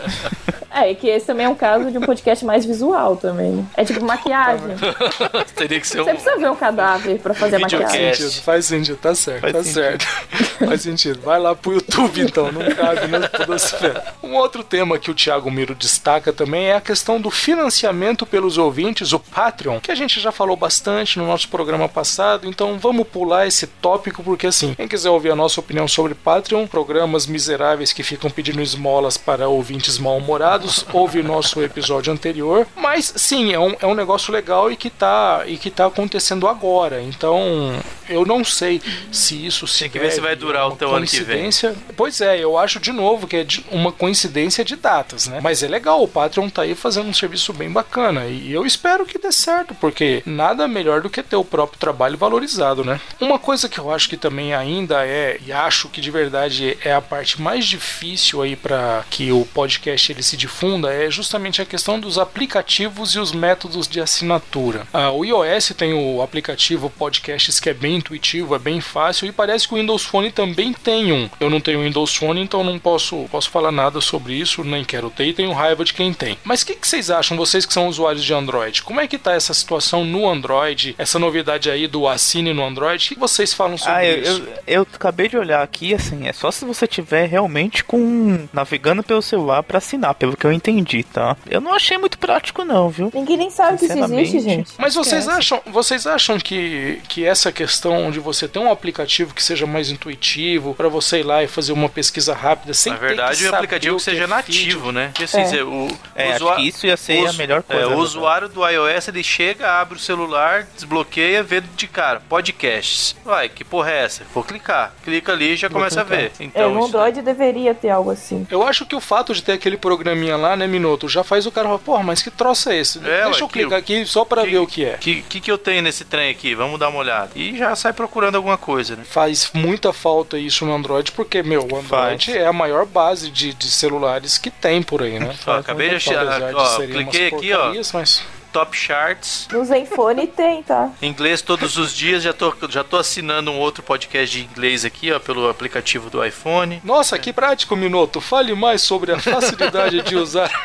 É, e que esse também é um caso de um podcast mais visual também. É tipo maquiagem. Teria que ser um... Você precisa ver um cadáver pra fazer a maquiagem. Faz sentido, faz sentido, tá certo, Faz tá sentido. certo. Faz sentido. Vai lá pro YouTube então, não cabe na podosfera. Um outro tema que o Thiago Miro destaca também é a questão do financiamento pelos ouvintes, o Patreon, que a gente já falou bastante no nosso programa passado, então vamos pular esse tópico, porque assim, quem quiser ouvir a nossa opinião sobre Patreon, programas miseráveis que ficam pedindo esmolas para ouvintes mal-humorados, ouve o nosso episódio anterior, mas sim, é um, é um negócio legal e que tá, e que tá acontecendo agora, então eu não sei se isso se Tem que ver se vai durar o teu ano que vem. Pois é, eu acho de novo que é de uma coincidência de datas, né? Mas é legal, o Patreon tá aí fazendo um serviço bem bacana e eu espero que dê certo, porque nada melhor do que ter o próprio trabalho valorizado, né? Uma coisa que eu acho que também ainda é, e acho que de verdade é a parte mais difícil aí para que o podcast ele se difunda, é justamente a questão dos aplicativos e os métodos de assinatura. Ah, o iOS tem o aplicativo Podcasts que é bem intuitivo, é bem fácil e parece que o Windows Phone também tem um. Eu não tenho Windows Phone, então não posso, posso falar nada sobre isso, nem quero ter e tenho raiva de quem tem. Mas o que, que vocês acham, vocês que são usuários de Android? Como é que tá essa situação no Android, essa novidade aí do Assine no Android? O que vocês falam sobre ah, eu, isso? Eu, eu acabei de olhar aqui, assim, é só se você tiver realmente com navegando pelo celular pra assinar, pelo que eu entendi, tá? Eu não achei muito prático não, viu? Ninguém nem sabe que isso existe, gente. Mas vocês Esquece. acham, vocês acham que, que essa questão de você ter um aplicativo que seja mais intuitivo, pra você ir lá e fazer uma pesquisa rápida, sem Na ter verdade, que o saber aplicativo o que seja é nativo, feed. né? Porque assim, É. cê- o, É, o acho usua- que isso ia ser o a melhor coisa. É, o né? usuário do iOS, ele chega, abre o celular, desbloqueia, vê de cara, podcasts. Vai, que porra é essa? Vou clicar. Clica ali e já Vou começa clicar. a ver. É, Então, no isso- Android deveria ter algo assim. Eu acho que o fato de ter aquele programinha lá, né, Minuto, já faz o cara falar, porra, mas que troço é esse? É, Deixa ué, eu que- clicar aqui só pra que- ver o que é. que, que que eu tenho nesse trem aqui? Vamos dar uma olhada. E já sai procurando alguma coisa, né? Faz muita falta isso no Android, porque, meu, o Android Faz. é a maior base de, de celulares que tem por aí, né? Ó, acabei de achar- Apesar de ó, serem cliquei umas aqui, ó. porcarias, mas... Top Charts. No Zenfone tem, tá? Inglês todos os dias. Já tô, já tô assinando um outro podcast de inglês aqui, ó, pelo aplicativo do iPhone. Nossa, que prático, Minuto. Fale mais sobre a facilidade de usar.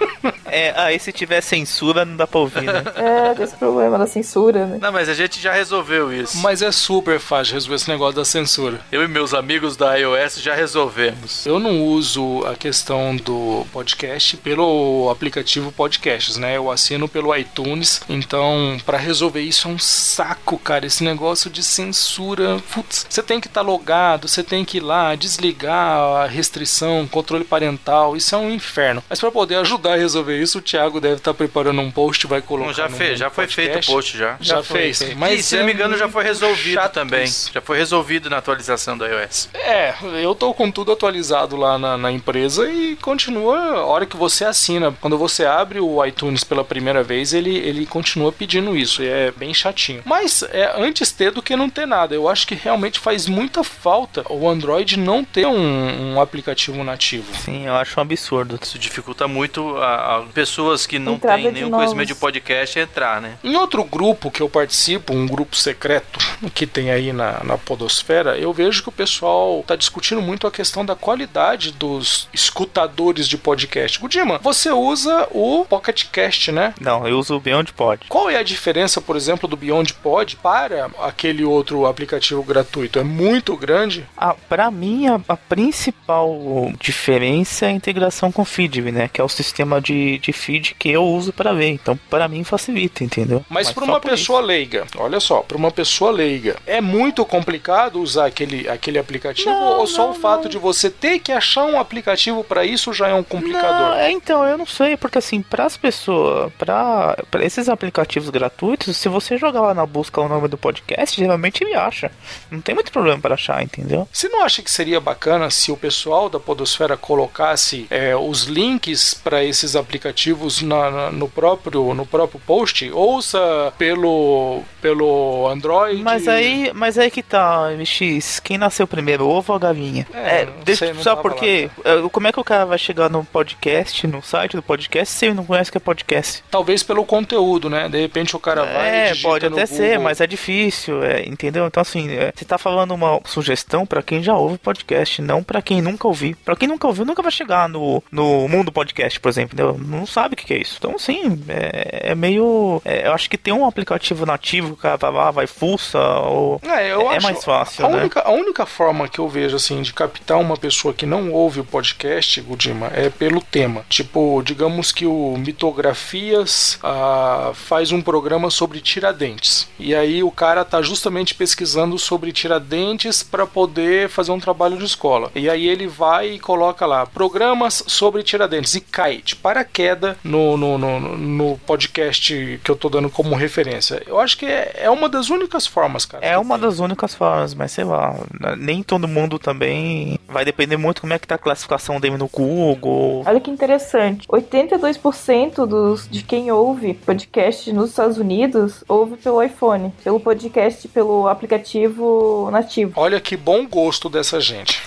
É, aí se tiver censura, não dá pra ouvir, né? É, tem esse problema da censura, né? Não, mas a gente já resolveu isso. Mas é super fácil de resolver esse negócio da censura. Eu e meus amigos da iOS já resolvemos. Eu não uso a questão do podcast pelo aplicativo Podcasts, né? Eu assino pelo iTunes, então pra resolver isso é um saco, cara. Esse negócio de censura, putz, você tem que estar tá logado, você tem que ir lá, desligar a restrição, controle parental, isso é um inferno. Mas pra poder ajudar a resolver isso, o Thiago deve estar preparando um post, vai colocar Não, já no fez, já foi podcast. feito o post já. Já, já fez, foi. mas e, se é não me engano já foi resolvido chato também. isso. Já foi resolvido na atualização do iOS. É, eu tô com tudo atualizado lá na, na empresa e continua, a hora que você assina, quando você abre o iTunes pela primeira vez, ele, ele continua pedindo isso, e é bem chatinho. Mas é antes ter do que não ter nada. Eu acho que realmente faz muita falta o Android não ter um, um aplicativo nativo. Sim, eu acho um absurdo. Isso dificulta muito a, a pessoas que não Entrada têm de nenhum novos. conhecimento de podcast entrar, né? Em outro grupo que eu participo, um grupo secreto que tem aí na, na podosfera, eu vejo que o pessoal tá discutindo muito a questão da qualidade dos escutadores de podcast. Gudima, você usa o Pocket Cast, né? Não, eu uso o Beyond Pod. Qual é a diferença, por exemplo, do Beyond Pod para aquele outro aplicativo gratuito? É muito grande? Ah, pra mim, a, a principal diferença é a integração com o Feedme, né? Que é o sistema de, de feed que eu uso pra ver. Então, pra mim, facilita, entendeu? Mas, para só uma por pessoa isso. leiga, olha só, para uma pessoa leiga, é muito complicado usar aquele, aquele aplicativo? Não, ou só não, o fato não. de você ter que achar um aplicativo para isso já é um complicador? Não, é, então, eu não sei, porque assim, pras pessoas, pra, pra esses aplicativos gratuitos, se você jogar lá na busca o nome do podcast, geralmente ele acha. Não tem muito problema pra achar, entendeu? Você não acha que seria bacana se o pessoal da podosfera colocasse é, os links para esses aplicativos na, na- no, próprio, no próprio post? Ouça pelo, pelo Android. Mas aí, mas aí que tá, M X, quem nasceu primeiro, o ovo ou a galinha? É, É, não deixa, sei, não sabe tava por quê? É, Como é que o cara vai chegar no podcast, no site do podcast, se ele não conhece o que é podcast? Talvez pelo conteúdo, né? De repente o cara vai. É, digita pode no até ser, Google. mas é difícil, é, entendeu? Então assim, é, você tá falando uma sugestão pra quem já ouve podcast, não pra quem nunca ouviu. Pra quem nunca ouviu, nunca vai chegar no, no mundo podcast, por exemplo, entendeu? Não sabe o que que é isso. Então sim, é, é meio... é, eu acho que tem um aplicativo nativo, o cara vai lá, vai fuça, ou... É, eu é acho, mais fácil, a né? única, a única forma que eu vejo, assim, de captar uma pessoa que não ouve o podcast, Gudima, é pelo tema. Tipo, digamos que o Mitografias ah, faz um programa sobre Tiradentes. E aí o cara tá justamente pesquisando sobre Tiradentes para poder fazer um trabalho de escola. E aí ele vai e coloca lá, programas sobre Tiradentes, e cai de paraquedas no, no, no, no podcast que eu tô dando como referência. Eu acho que é, é uma das únicas formas, cara. É que uma tem. das únicas formas, mas sei lá, nem todo mundo também vai depender muito como é que tá a classificação dele no Google. Olha que interessante. oitenta e dois por cento dos, de quem ouve podcast nos Estados Unidos ouve pelo iPhone, pelo podcast, pelo aplicativo nativo. Olha que bom gosto dessa gente.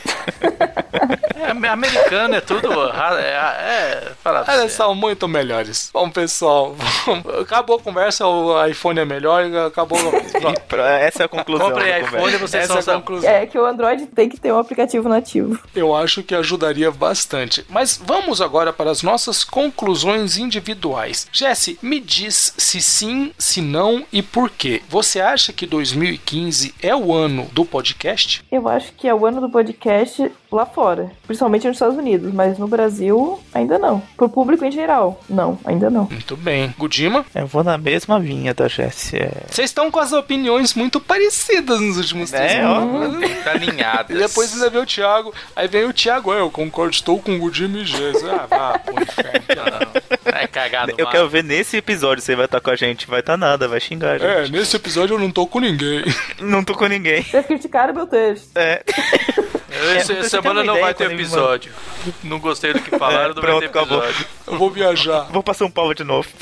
É, americano é tudo. É, é, fala pra Eles você. são muito melhores. Bom, pessoal, vamos- acabou a conversa, o iPhone é melhor, acabou. E pra- essa é a conclusão. Compre da iPhone conversa. e vocês Essa é são a conclusão. É que o Android tem que ter um aplicativo nativo. Eu acho que ajudaria bastante. Mas vamos agora para as nossas conclusões individuais. Jesse, me diz se sim, se não e por quê. Você acha que dois mil e quinze é o ano do podcast? Eu acho que é o ano do podcast lá fora, principalmente nos Estados Unidos, mas no Brasil ainda não. Pro público em geral, não, ainda não. Muito bem. Gudima? Eu vou na mesma linha da Jessie. É... Vocês estão com as opiniões muito parecidas nos últimos três É, anos. Tá alinhado. E depois ainda vem o Thiago. Aí vem o Thiago, eu concordo, estou com o Gudima e Jesse. Ah, vá, pô, inferno. É cagado. Eu mano. quero ver nesse episódio se ele vai estar com a gente. Vai estar nada, vai xingar a gente. É, nesse episódio eu não tô com ninguém. Não tô com ninguém. Vocês criticaram meu texto. É. Essa você semana tem uma não ideia vai ter quando ele episódio. Não gostei do que falaram, É, não pronto, vai ter acabou. episódio. Eu vou viajar. Vou pra São Paulo de novo.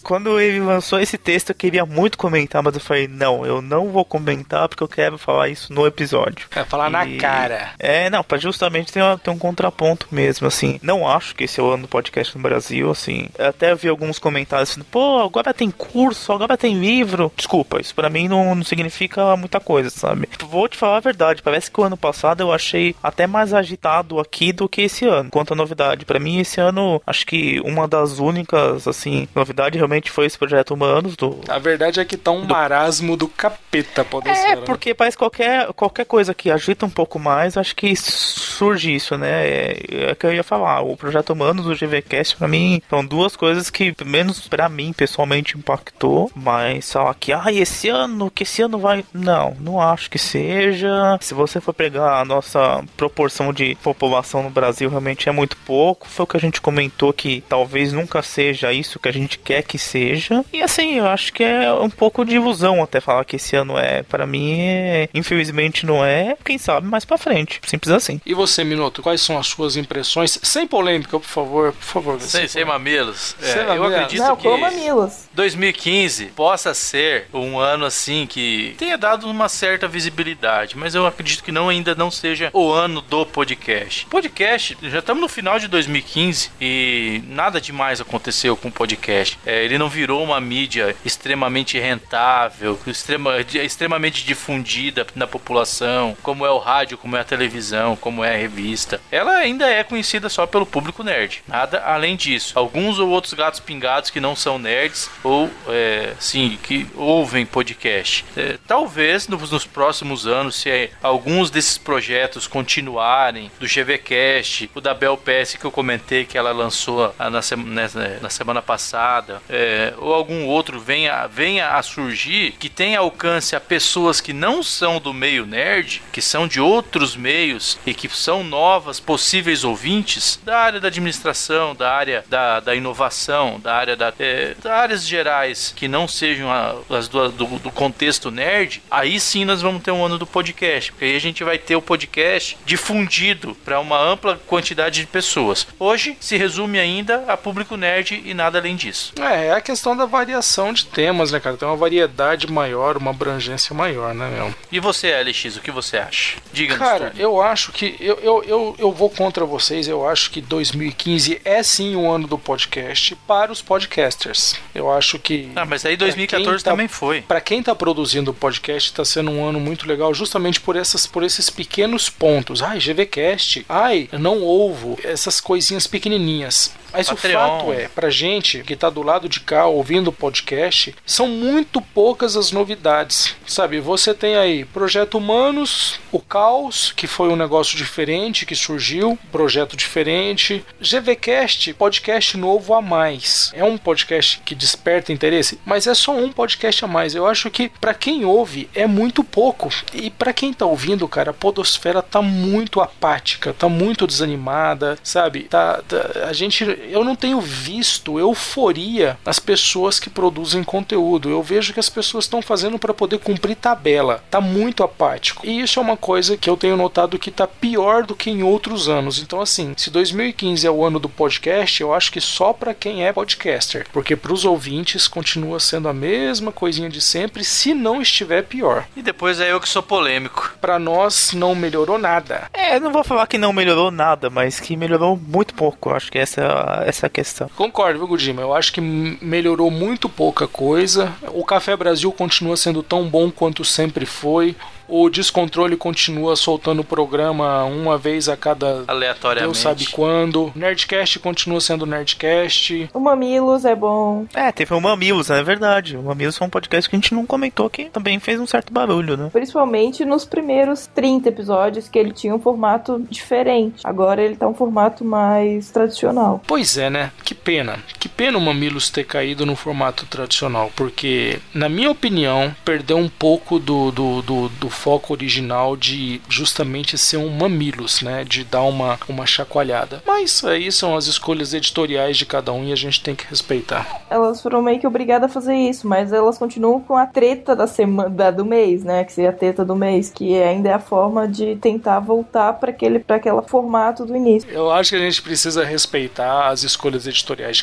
Quando ele lançou esse texto, eu queria muito comentar, mas eu falei, não, eu não vou comentar porque eu quero falar isso no episódio. É falar e... na cara. É, não, pra justamente ter, ter um contraponto mesmo, assim. Não acho que esse é o ano do podcast no Brasil, assim. Eu até vi alguns comentários assim, pô, agora tem curso, agora tem livro. Desculpa, isso pra mim não, não significa muita coisa, sabe? Vou te falar a verdade, parece que o ano passado eu achei até mais agitado aqui do que esse ano. Quanto à novidade, pra mim esse ano, acho que uma das únicas, assim, novidade realmente foi esse Projeto Humanos do... A verdade é que tá um do... marasmo do capeta, pode é, ser. É, porque né? Parece qualquer, qualquer coisa que agita um pouco mais, acho que surge isso, né? É, é que eu ia falar, o Projeto Humanos, o GVCast, pra mim, são duas coisas que, menos pra mim, pessoalmente, impactou, mas só que, ah, esse ano, que esse ano vai... Não, não acho que seja. Se você for pegar a nossa proporção de população no Brasil, realmente é muito pouco. Foi o que a gente comentou, que talvez nunca seja isso que a gente quer que seja. E assim, eu acho que é um pouco de ilusão até falar que esse ano é. Para mim, é... infelizmente não é. Quem sabe mais pra frente. Simples assim. E você, Minuto, quais são as suas impressões? Sem polêmica, por favor. Por favor. Sem, sem mamilos. É, sem eu acredito não, que com mamilos. dois mil e quinze possa ser um ano assim que tenha dado uma certa visibilidade, mas eu acredito que não, ainda não seja o ano do podcast. Podcast, já estamos no final de dois mil e quinze e nada demais aconteceu com o podcast. É, ele não virou uma mídia extremamente rentável, extrema, extremamente difundida na população, como é o rádio, como é a televisão, como é a revista. Ela ainda é conhecida só pelo público nerd. Nada além disso. Alguns ou outros gatos pingados que não são nerds ou, é, sim, que ouvem podcast. É, talvez nos, nos próximos anos, se é, alguns desses projetos continuarem, do GVCast, o da Bel P S que eu comentei que ela lançou na, sema, na semana passada, é, ou algum outro venha, venha a surgir, que tenha alcance a pessoas que não são do meio nerd, que são de outros meios e que são novas, possíveis ouvintes da área da administração, da área da, da inovação, da área da, é, da áreas gerais que não sejam a, as do, do, do contexto nerd, aí sim nós vamos ter um ano do podcast, porque aí a gente vai ter o podcast difundido para uma ampla quantidade de pessoas. Hoje se resume ainda a público nerd e nada além disso. É, é a questão da variação de temas, né, cara? Tem uma variedade maior, uma abrangência maior, né, meu? E você, L X, o que você acha? Diga-nos. Cara, tudo. eu acho que eu, eu, eu, eu vou contra vocês. Eu acho que dois mil e quinze é sim o ano do podcast para os podcasters. Eu acho que... Ah, mas aí dois mil e quatorze tá, também foi. Para quem tá produzindo podcast, tá sendo um ano muito legal justamente por, essas, por esses pequenos pontos. Ai, GVCast. Ai, não ouvo. Essas coisinhas pequenininhas. Mas Patreon. O fato é, pra gente que tá do lado de cá ouvindo o podcast, são muito poucas as novidades, sabe? Você tem aí Projeto Humanos, o Caos, que foi um negócio diferente, que surgiu, projeto diferente, GVCast, podcast novo a mais. É um podcast que desperta interesse, mas é só um podcast a mais. Eu acho que pra quem ouve é muito pouco, e pra quem tá ouvindo, cara, a podosfera tá muito apática, tá muito desanimada, sabe? Tá, tá, a gente... Eu não tenho visto euforia nas pessoas que produzem conteúdo. Eu vejo que as pessoas estão fazendo para poder cumprir tabela. Tá muito apático. E isso é uma coisa que eu tenho notado que tá pior do que em outros anos. Então, assim, se dois mil e quinze é o ano do podcast, eu acho que só para quem é podcaster. Porque para os ouvintes continua sendo a mesma coisinha de sempre, se não estiver pior. E depois é eu que sou polêmico. Para nós não melhorou nada. É, não vou falar que não melhorou nada, mas que melhorou muito pouco. Eu acho que essa é a essa questão. Concordo, viu, Gudima? Eu acho que melhorou muito pouca coisa. O Café Brasil continua sendo tão bom quanto sempre foi. O Descontrole continua soltando o programa uma vez a cada... aleatoriamente. Deus sabe quando. O Nerdcast continua sendo Nerdcast. O Mamilos é bom. É, teve o Mamilos, é verdade. O Mamilos foi um podcast que a gente não comentou, que também fez um certo barulho, né? Principalmente nos primeiros trinta episódios, que ele tinha um formato diferente. Agora ele tá um formato mais tradicional. Pois é, né? Que pena. Que pena o Mamilos ter caído no formato tradicional, porque, na minha opinião, perdeu um pouco do, do, do, do foco original de justamente ser um Mamilos, né? De dar uma, uma chacoalhada. Mas aí são as escolhas editoriais de cada um e a gente tem que respeitar. Elas foram meio que obrigadas a fazer isso, mas elas continuam com a treta da semana, da, do mês, né? Que seria a treta do mês, que ainda é a forma de tentar voltar para aquele para aquele formato do início. Eu acho que a gente precisa respeitar as escolhas editoriais de cada um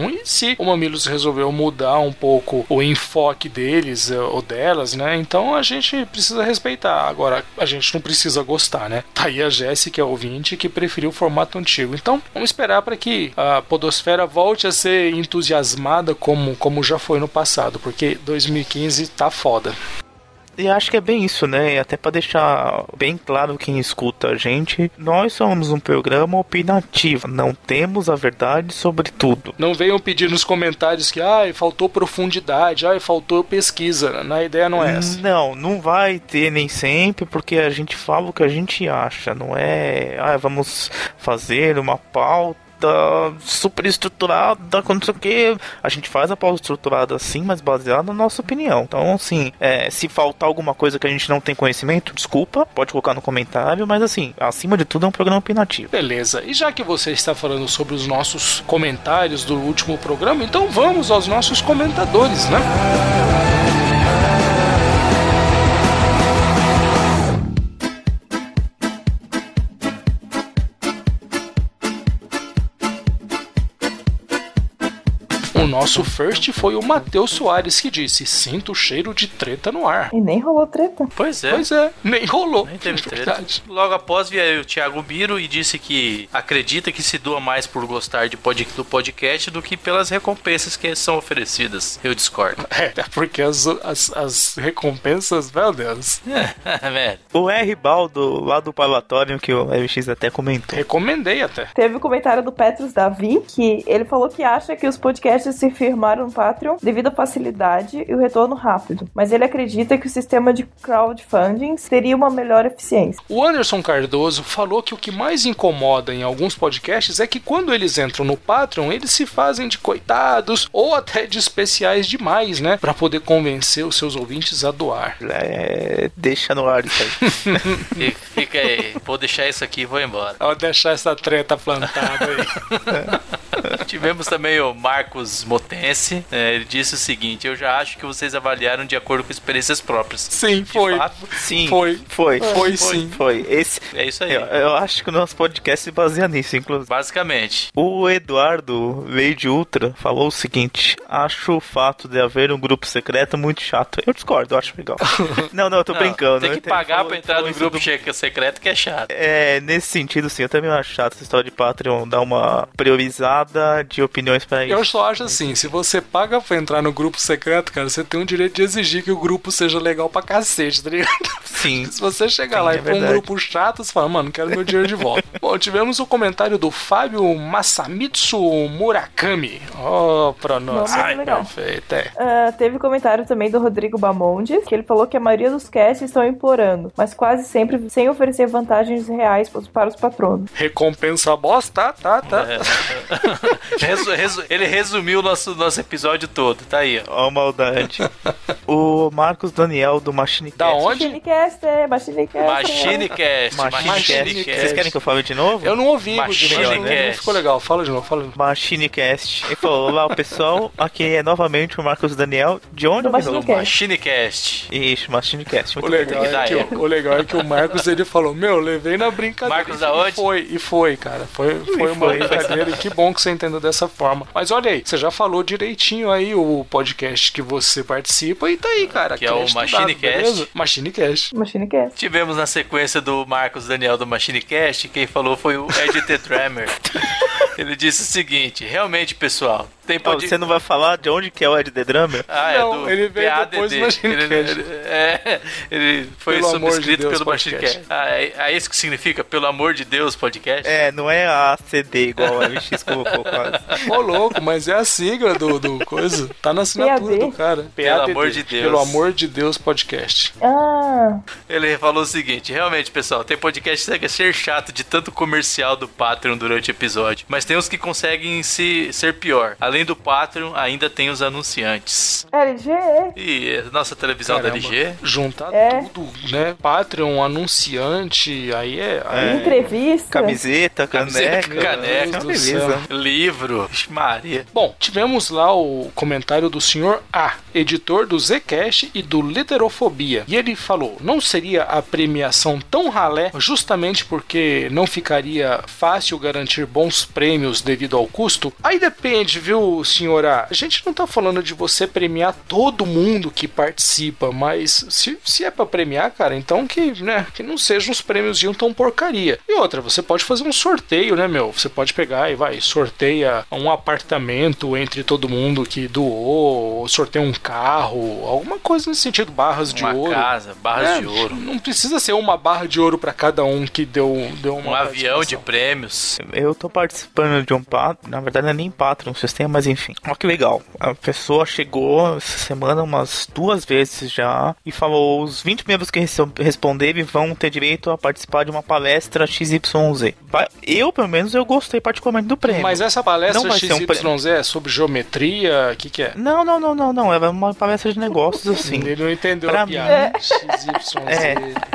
e se o Mamilos resolveu mudar um pouco o enfoque deles ou delas, né? Então a gente precisa respeitar. Agora, a gente não precisa gostar, né? Tá aí a Jéssica, ouvinte, que preferiu o formato antigo. Então, vamos esperar para que a podosfera volte a ser entusiasmada como, como já foi no passado, porque dois mil e quinze tá foda. E acho que é bem isso, né? Até pra deixar bem claro quem escuta a gente, nós somos um programa opinativo, não temos a verdade sobre tudo. Não venham pedir nos comentários que ai, faltou profundidade, ai, faltou pesquisa. A ideia não é essa. Não, não vai ter nem sempre, porque a gente fala o que a gente acha, não é, ah, vamos fazer uma pauta super estruturada, com não sei o que. A gente faz a pauta estruturada assim, mas baseada na nossa opinião. Então, assim, é, se faltar alguma coisa que a gente não tem conhecimento, desculpa, pode colocar no comentário, mas assim, acima de tudo é um programa opinativo. Beleza, e já que você está falando sobre os nossos comentários do último programa, então vamos aos nossos comentadores, né? O nosso first foi o Matheus Soares, que disse: sinto o cheiro de treta no ar. E nem rolou treta. Pois é. Pois é, nem rolou. Nem teve treta. Logo após veio o Thiago Biro e disse que acredita que se doa mais por gostar de pod, do podcast do que pelas recompensas que são oferecidas. Eu discordo. É, porque as, as, as recompensas, meu Deus. É, o R. Baldo, lá do Palatório, que o M X até comentou. Recomendei até. Teve o comentário do Petrus Davi, que ele falou que acha que os podcasts se firmaram no Patreon devido à facilidade e o retorno rápido, mas ele acredita que o sistema de crowdfunding teria uma melhor eficiência. O Anderson Cardoso falou que o que mais incomoda em alguns podcasts é que quando eles entram no Patreon, eles se fazem de coitados ou até de especiais demais, né? Pra poder convencer os seus ouvintes a doar. É, deixa no ar isso aí. Fica aí, vou deixar isso aqui e vou embora. Vou deixar essa treta plantada aí. Tivemos também o Marcos Motense, é, ele disse o seguinte: eu já acho que vocês avaliaram de acordo com experiências próprias. Sim, foi. Sim, foi. Foi, foi, foi sim. Foi. Esse, é isso aí. Eu, eu acho que o nosso podcast se baseia nisso, inclusive. Basicamente. O Eduardo Lady Ultra falou o seguinte: acho o fato de haver um grupo secreto muito chato. Eu discordo, eu acho legal. não, não, eu tô não, brincando. Tem que pagar falou, pra entrar no grupo do... secreto que é chato. É, nesse sentido, sim, eu também acho chato essa história de Patreon dar uma priorizada de opiniões pra isso. Eu só acho assim, se você paga pra entrar no grupo secreto, cara, você tem o direito de exigir que o grupo seja legal pra cacete, tá ligado? Sim. Se você chegar sim, lá é e for um grupo chato, você fala, mano, não quero meu dinheiro de volta. Bom, tivemos o comentário do Fábio Masamitsu Murakami. Oh, pronúncia. Ai, legal. Perfeito, é. Uh, teve comentário também do Rodrigo Bamondes, que ele falou que a maioria dos casts estão implorando, mas quase sempre sem oferecer vantagens reais para os patronos. Recompensa bosta, tá, tá, tá. É. resu, resu, ele resumiu o nosso, nosso episódio todo, tá aí, ó. Ó, oh, maldade. O Marcos Daniel do Machinecast. Da onde? Machinecast, é, Machinecast. Machinecast. Machinecast. Vocês querem que eu fale de novo? Eu não ouvi. Machinecast. Não ficou legal, fala de novo, fala de novo. Machinecast. Ele falou, olá, pessoal, aqui é novamente o Marcos Daniel. De onde? Do Machinecast. Machinecast. Isso, Machinecast. O legal, é que, o, o legal é que o Marcos, ele falou, meu, levei na brincadeira. Marcos da onde? E foi, e foi, cara. Foi, foi uma brincadeira e que bom que você entendeu dessa forma. Mas olha aí, você já falou direitinho aí o podcast que você participa e tá aí, cara. Que é o Machinecast. Machinecast. Machinecast. Tivemos na sequência do Marcos Daniel do Machinecast, quem falou foi o Ed T. Drummer. Ele disse o seguinte, realmente, pessoal, tem pod... Você não vai falar de onde que é o Ed The Drummer? Ah, não, é do ele veio P A D D. depois do Machinecast. Ele, ele, é, ele foi pelo subscrito de Deus, pelo Machinecast. Ah, é, é isso que significa? Pelo amor de Deus, podcast? É, não é a C D igual o M X colocou quase. Ô, louco, mas é a sigla do, do coisa. Tá na assinatura do cara. Pelo amor de Deus. Pelo amor de Deus, podcast. Ah. Ele falou o seguinte, realmente, pessoal, tem podcast que chega a ser chato de tanto comercial do Patreon durante o episódio, mas tem uns que conseguem se, ser pior. Além do Patreon, ainda tem os anunciantes. L G. E nossa televisão Caramba, da L G. Juntar é. tudo, né? Patreon, anunciante, aí é... Aí é. Entrevista. Camiseta, caneca. Camiseta, caneca, beleza. Livro. Maria. Bom, tivemos lá o comentário do senhor A, editor do Zcast e do Literofobia. E ele falou, não seria a premiação tão ralé justamente porque não ficaria fácil garantir bons preços prêmios devido ao custo? Aí depende, viu, senhora? A gente não tá falando de você premiar todo mundo que participa, mas se, se é pra premiar, cara, então que, né, que não sejam uns prêmios de um tão porcaria. E outra, você pode fazer um sorteio, né, meu? Você pode pegar e vai, sorteia um apartamento entre todo mundo que doou, ou sorteia um carro, alguma coisa nesse sentido, barras de uma ouro. Uma casa, barras é, de ouro. Não precisa ser uma barra de ouro pra cada um que deu, deu uma Um avião de prêmios. Eu tô participando de um Patreon, na verdade não é nem Patreon, um sistema, mas enfim. Olha que legal. A pessoa chegou essa semana umas duas vezes já e falou: os vinte primeiros que responderem vão ter direito a participar de uma palestra X Y Z. Eu, pelo menos, eu gostei particularmente do prêmio. Mas essa palestra X Y Z um é sobre geometria? O que que é? Não, não, não, não, não. É uma palestra de negócios, assim. Ele não entendeu pra a piada. X Y Z. É,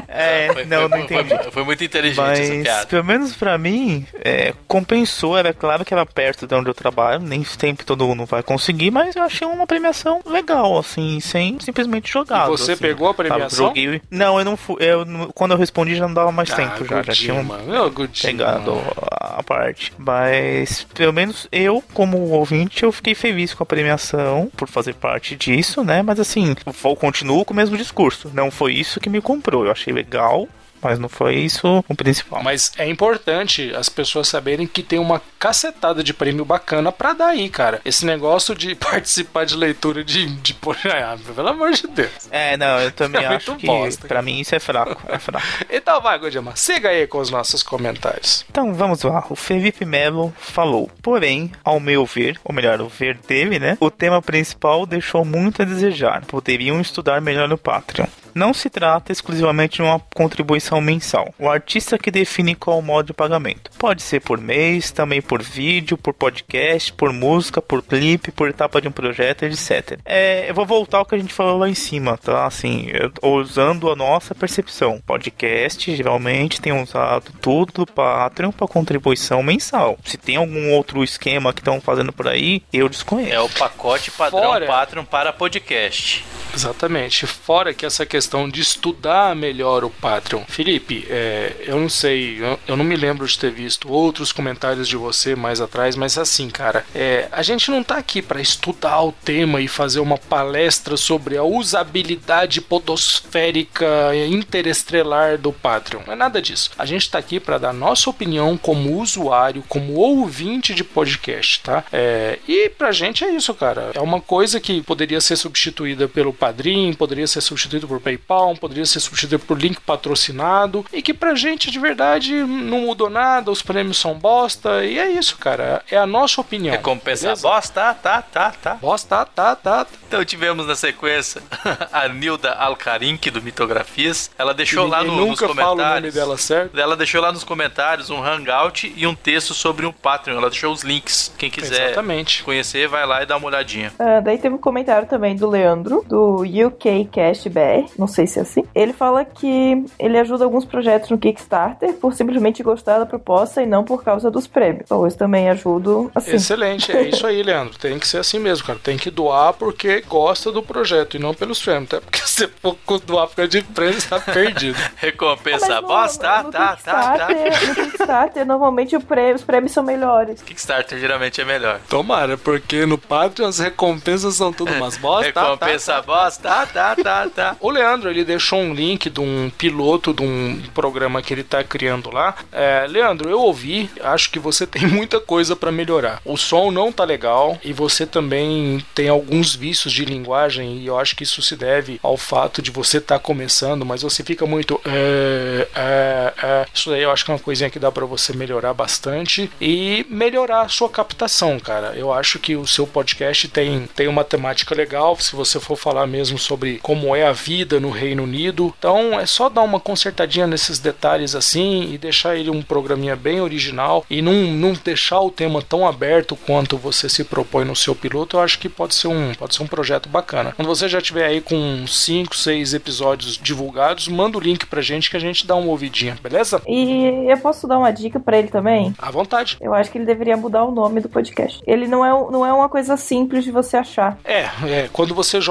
é foi, não, foi, não entendi. Foi, foi muito inteligente mas, essa piada. Pelo menos pra mim, é, compensou. Era claro que era perto de onde eu trabalho. Nem sempre todo mundo vai conseguir, mas eu achei uma premiação legal, assim, sem simplesmente jogar. E você assim, pegou a premiação? Sabe, joguei... Não, eu não fui. Eu, quando eu respondi já não dava mais ah, tempo. Já, já tinha um... Meu, pegado a parte. Mas, pelo menos eu, como ouvinte, eu fiquei feliz com a premiação por fazer parte disso, né? Mas assim, eu continuo com o mesmo discurso. Não foi isso que me comprou. Eu achei legal, mas não foi isso o principal. Mas é importante as pessoas saberem que tem uma cacetada de prêmio bacana pra dar aí, cara. Esse negócio de participar de leitura de... de... Ah, pelo amor de Deus. É, não, eu também é acho que bosta, pra mim isso é fraco, é fraco. Então vai, Godema, siga aí com os nossos comentários. Então vamos lá, o Felipe Melo falou: porém, ao meu ver, ou melhor, o ver dele, né, o tema principal deixou muito a desejar. Poderiam estudar melhor no Patreon. Não se trata exclusivamente de uma contribuição mensal. O artista que define qual o modo de pagamento. Pode ser por mês, também por vídeo, por podcast, por música, por clipe, por etapa de um projeto, etcétera. É, eu vou voltar ao que a gente falou lá em cima, tá? Assim, eu, usando a nossa percepção. Podcast, geralmente, tem usado tudo do Patreon para contribuição mensal. Se tem algum outro esquema que estão fazendo por aí, eu desconheço. É o pacote padrão Fora... Patreon para podcast. Exatamente. Fora que essa questão de estudar melhor o Patreon. Felipe, é, eu não sei, eu, eu não me lembro de ter visto outros comentários de você mais atrás, mas assim, cara, é, a gente não tá aqui para estudar o tema e fazer uma palestra sobre a usabilidade podosférica interestrelar do Patreon. Não é nada disso. A gente tá aqui para dar nossa opinião como usuário, como ouvinte de podcast, tá? É, e pra gente é isso, cara. É uma coisa que poderia ser substituída pelo Padrim, poderia ser substituído por PayPal, poderia ser substituído por link patrocinado, e que pra gente de verdade não mudou nada, os prêmios são bosta, e é isso, cara, é a nossa opinião. Recompensa bosta, tá, tá, tá. Bosta, tá, tá. Então tivemos na sequência a Nilda Alcarinque do Mitografias. Ela deixou lá no, nos comentários. Nunca falo o nome dela certo. Ela deixou lá nos comentários um hangout e um texto sobre um Patreon. Ela deixou os links. Quem quiser Exatamente. conhecer, vai lá e dá uma olhadinha. Uh, daí teve um comentário também do Leandro, do U K Cast B R, não sei se é assim. Ele fala que ele ajuda alguns projetos no Kickstarter por simplesmente gostar da proposta e não por causa dos prêmios. Então eu também ajudo assim. Excelente, é isso aí, Leandro. Tem que ser assim mesmo, cara. Tem que doar porque gosta do projeto e não pelos prêmios. Até porque se for doar por causa de prêmio, você tá perdido. Recompensa ah, bosta, no, tá, no tá, tá. No Kickstarter, normalmente o prêmio, os prêmios são melhores. Kickstarter geralmente é melhor. Tomara, porque no Patreon as recompensas são tudo umas bosta. Recompensa tá, tá, bosta, tá, tá, tá, tá. O Leandro, ele deixou um link de um piloto de um programa que ele tá criando lá. É, Leandro, eu ouvi, acho que você tem muita coisa pra melhorar. O som não tá legal e você também tem alguns vícios de linguagem e eu acho que isso se deve ao fato de você estar tá começando, mas você fica muito é, é, é. Isso daí eu acho que é uma coisinha que dá pra você melhorar bastante e melhorar a sua captação, cara. Eu acho que o seu podcast tem, tem uma temática legal, se você for falar mesmo sobre como é a vida no Reino Unido, então é só dar uma consertadinha nesses detalhes assim e deixar ele um programinha bem original e não, não deixar o tema tão aberto quanto você se propõe no seu piloto. Eu acho que pode ser um, pode ser um projeto bacana. Quando você já tiver aí com cinco, seis episódios divulgados, manda o link pra gente que a gente dá uma ouvidinha, beleza? E eu posso dar uma dica pra ele também? À vontade. Eu acho que ele deveria mudar o nome do podcast. Ele não é, não é uma coisa simples de você achar. É, é quando você joga U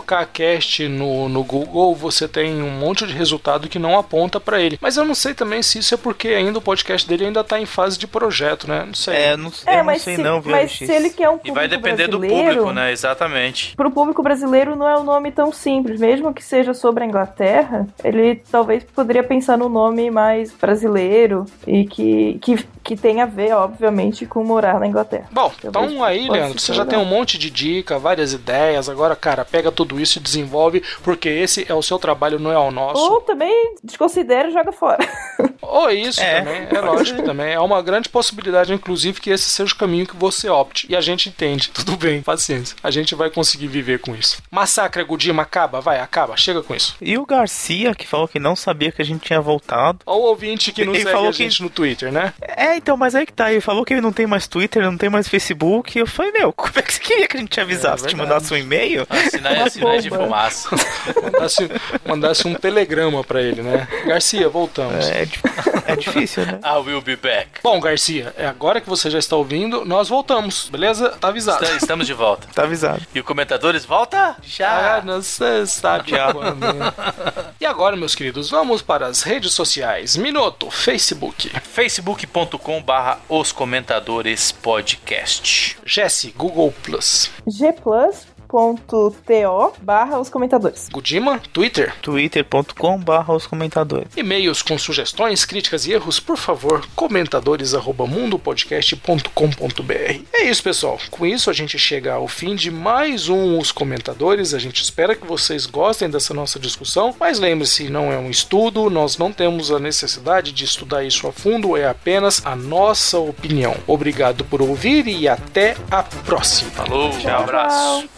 colocar cast no, no Google, você tem um monte de resultado que não aponta pra ele. Mas eu não sei também se isso é porque ainda o podcast dele ainda tá em fase de projeto, né? Não sei. É, não, É, eu mas não sei se, não, viu? mas se ele quer um público E vai depender do brasileiro, público, né? Exatamente. Pro público brasileiro não é um nome tão simples. Mesmo que seja sobre a Inglaterra, ele talvez poderia pensar num nome mais brasileiro e que, que, que tem a ver, obviamente, com morar na Inglaterra. Bom, Talvez então aí, pode Leandro, ser você já legal. tem um monte de dica, várias ideias. Agora, cara, pega tudo isso e desenvolve, porque esse é o seu trabalho, não é o nosso. Ou também desconsidera e joga fora. Ou isso É, também, é lógico também. É uma grande possibilidade, inclusive, que esse seja o caminho que você opte. E a gente entende. Tudo bem, paciência. A gente vai conseguir viver com isso. Massacre, Gudima, acaba, vai, acaba. Chega com isso. E o Garcia, que falou que não sabia que a gente tinha voltado. Ou o ouvinte que não Ele segue falou a gente que- no Twitter, né? É, então, mas aí que tá. Ele falou que ele não tem mais Twitter, não tem mais Facebook. E eu falei, meu, como é que você queria que a gente te avisasse? É te verdade. mandasse um e-mail? Sinais, sinais de bomba. fumaça. Mandasse, mandasse um telegrama pra ele, né? Garcia, voltamos. É, di- é difícil, né? I will be back. Bom, Garcia, é agora que você já está ouvindo, nós voltamos, beleza? Tá avisado. Está- Estamos de volta. Tá avisado. E o Comentadores volta Ah, já. não sei, sabe Já. quando. E agora, meus queridos, vamos para as redes sociais. Minuto, Facebook. facebook.com barra os comentadores podcast. Jesse, Google Plus. gplus.to barra os comentadores. Gudima, Twitter. twitter.com barra os comentadores. E-mails com sugestões, críticas e erros, por favor, comentadores arroba mundopodcast ponto com ponto b r. É isso, pessoal. Com isso, a gente chega ao fim de mais um Os Comentadores. A gente espera que vocês gostem dessa nossa discussão, mas lembre-se, não é um estudo, nós não temos a necessidade de estudar isso a fundo, é apenas a nossa opinião. Obrigado por ouvir e até a próxima. Falou, Tchau. um abraço.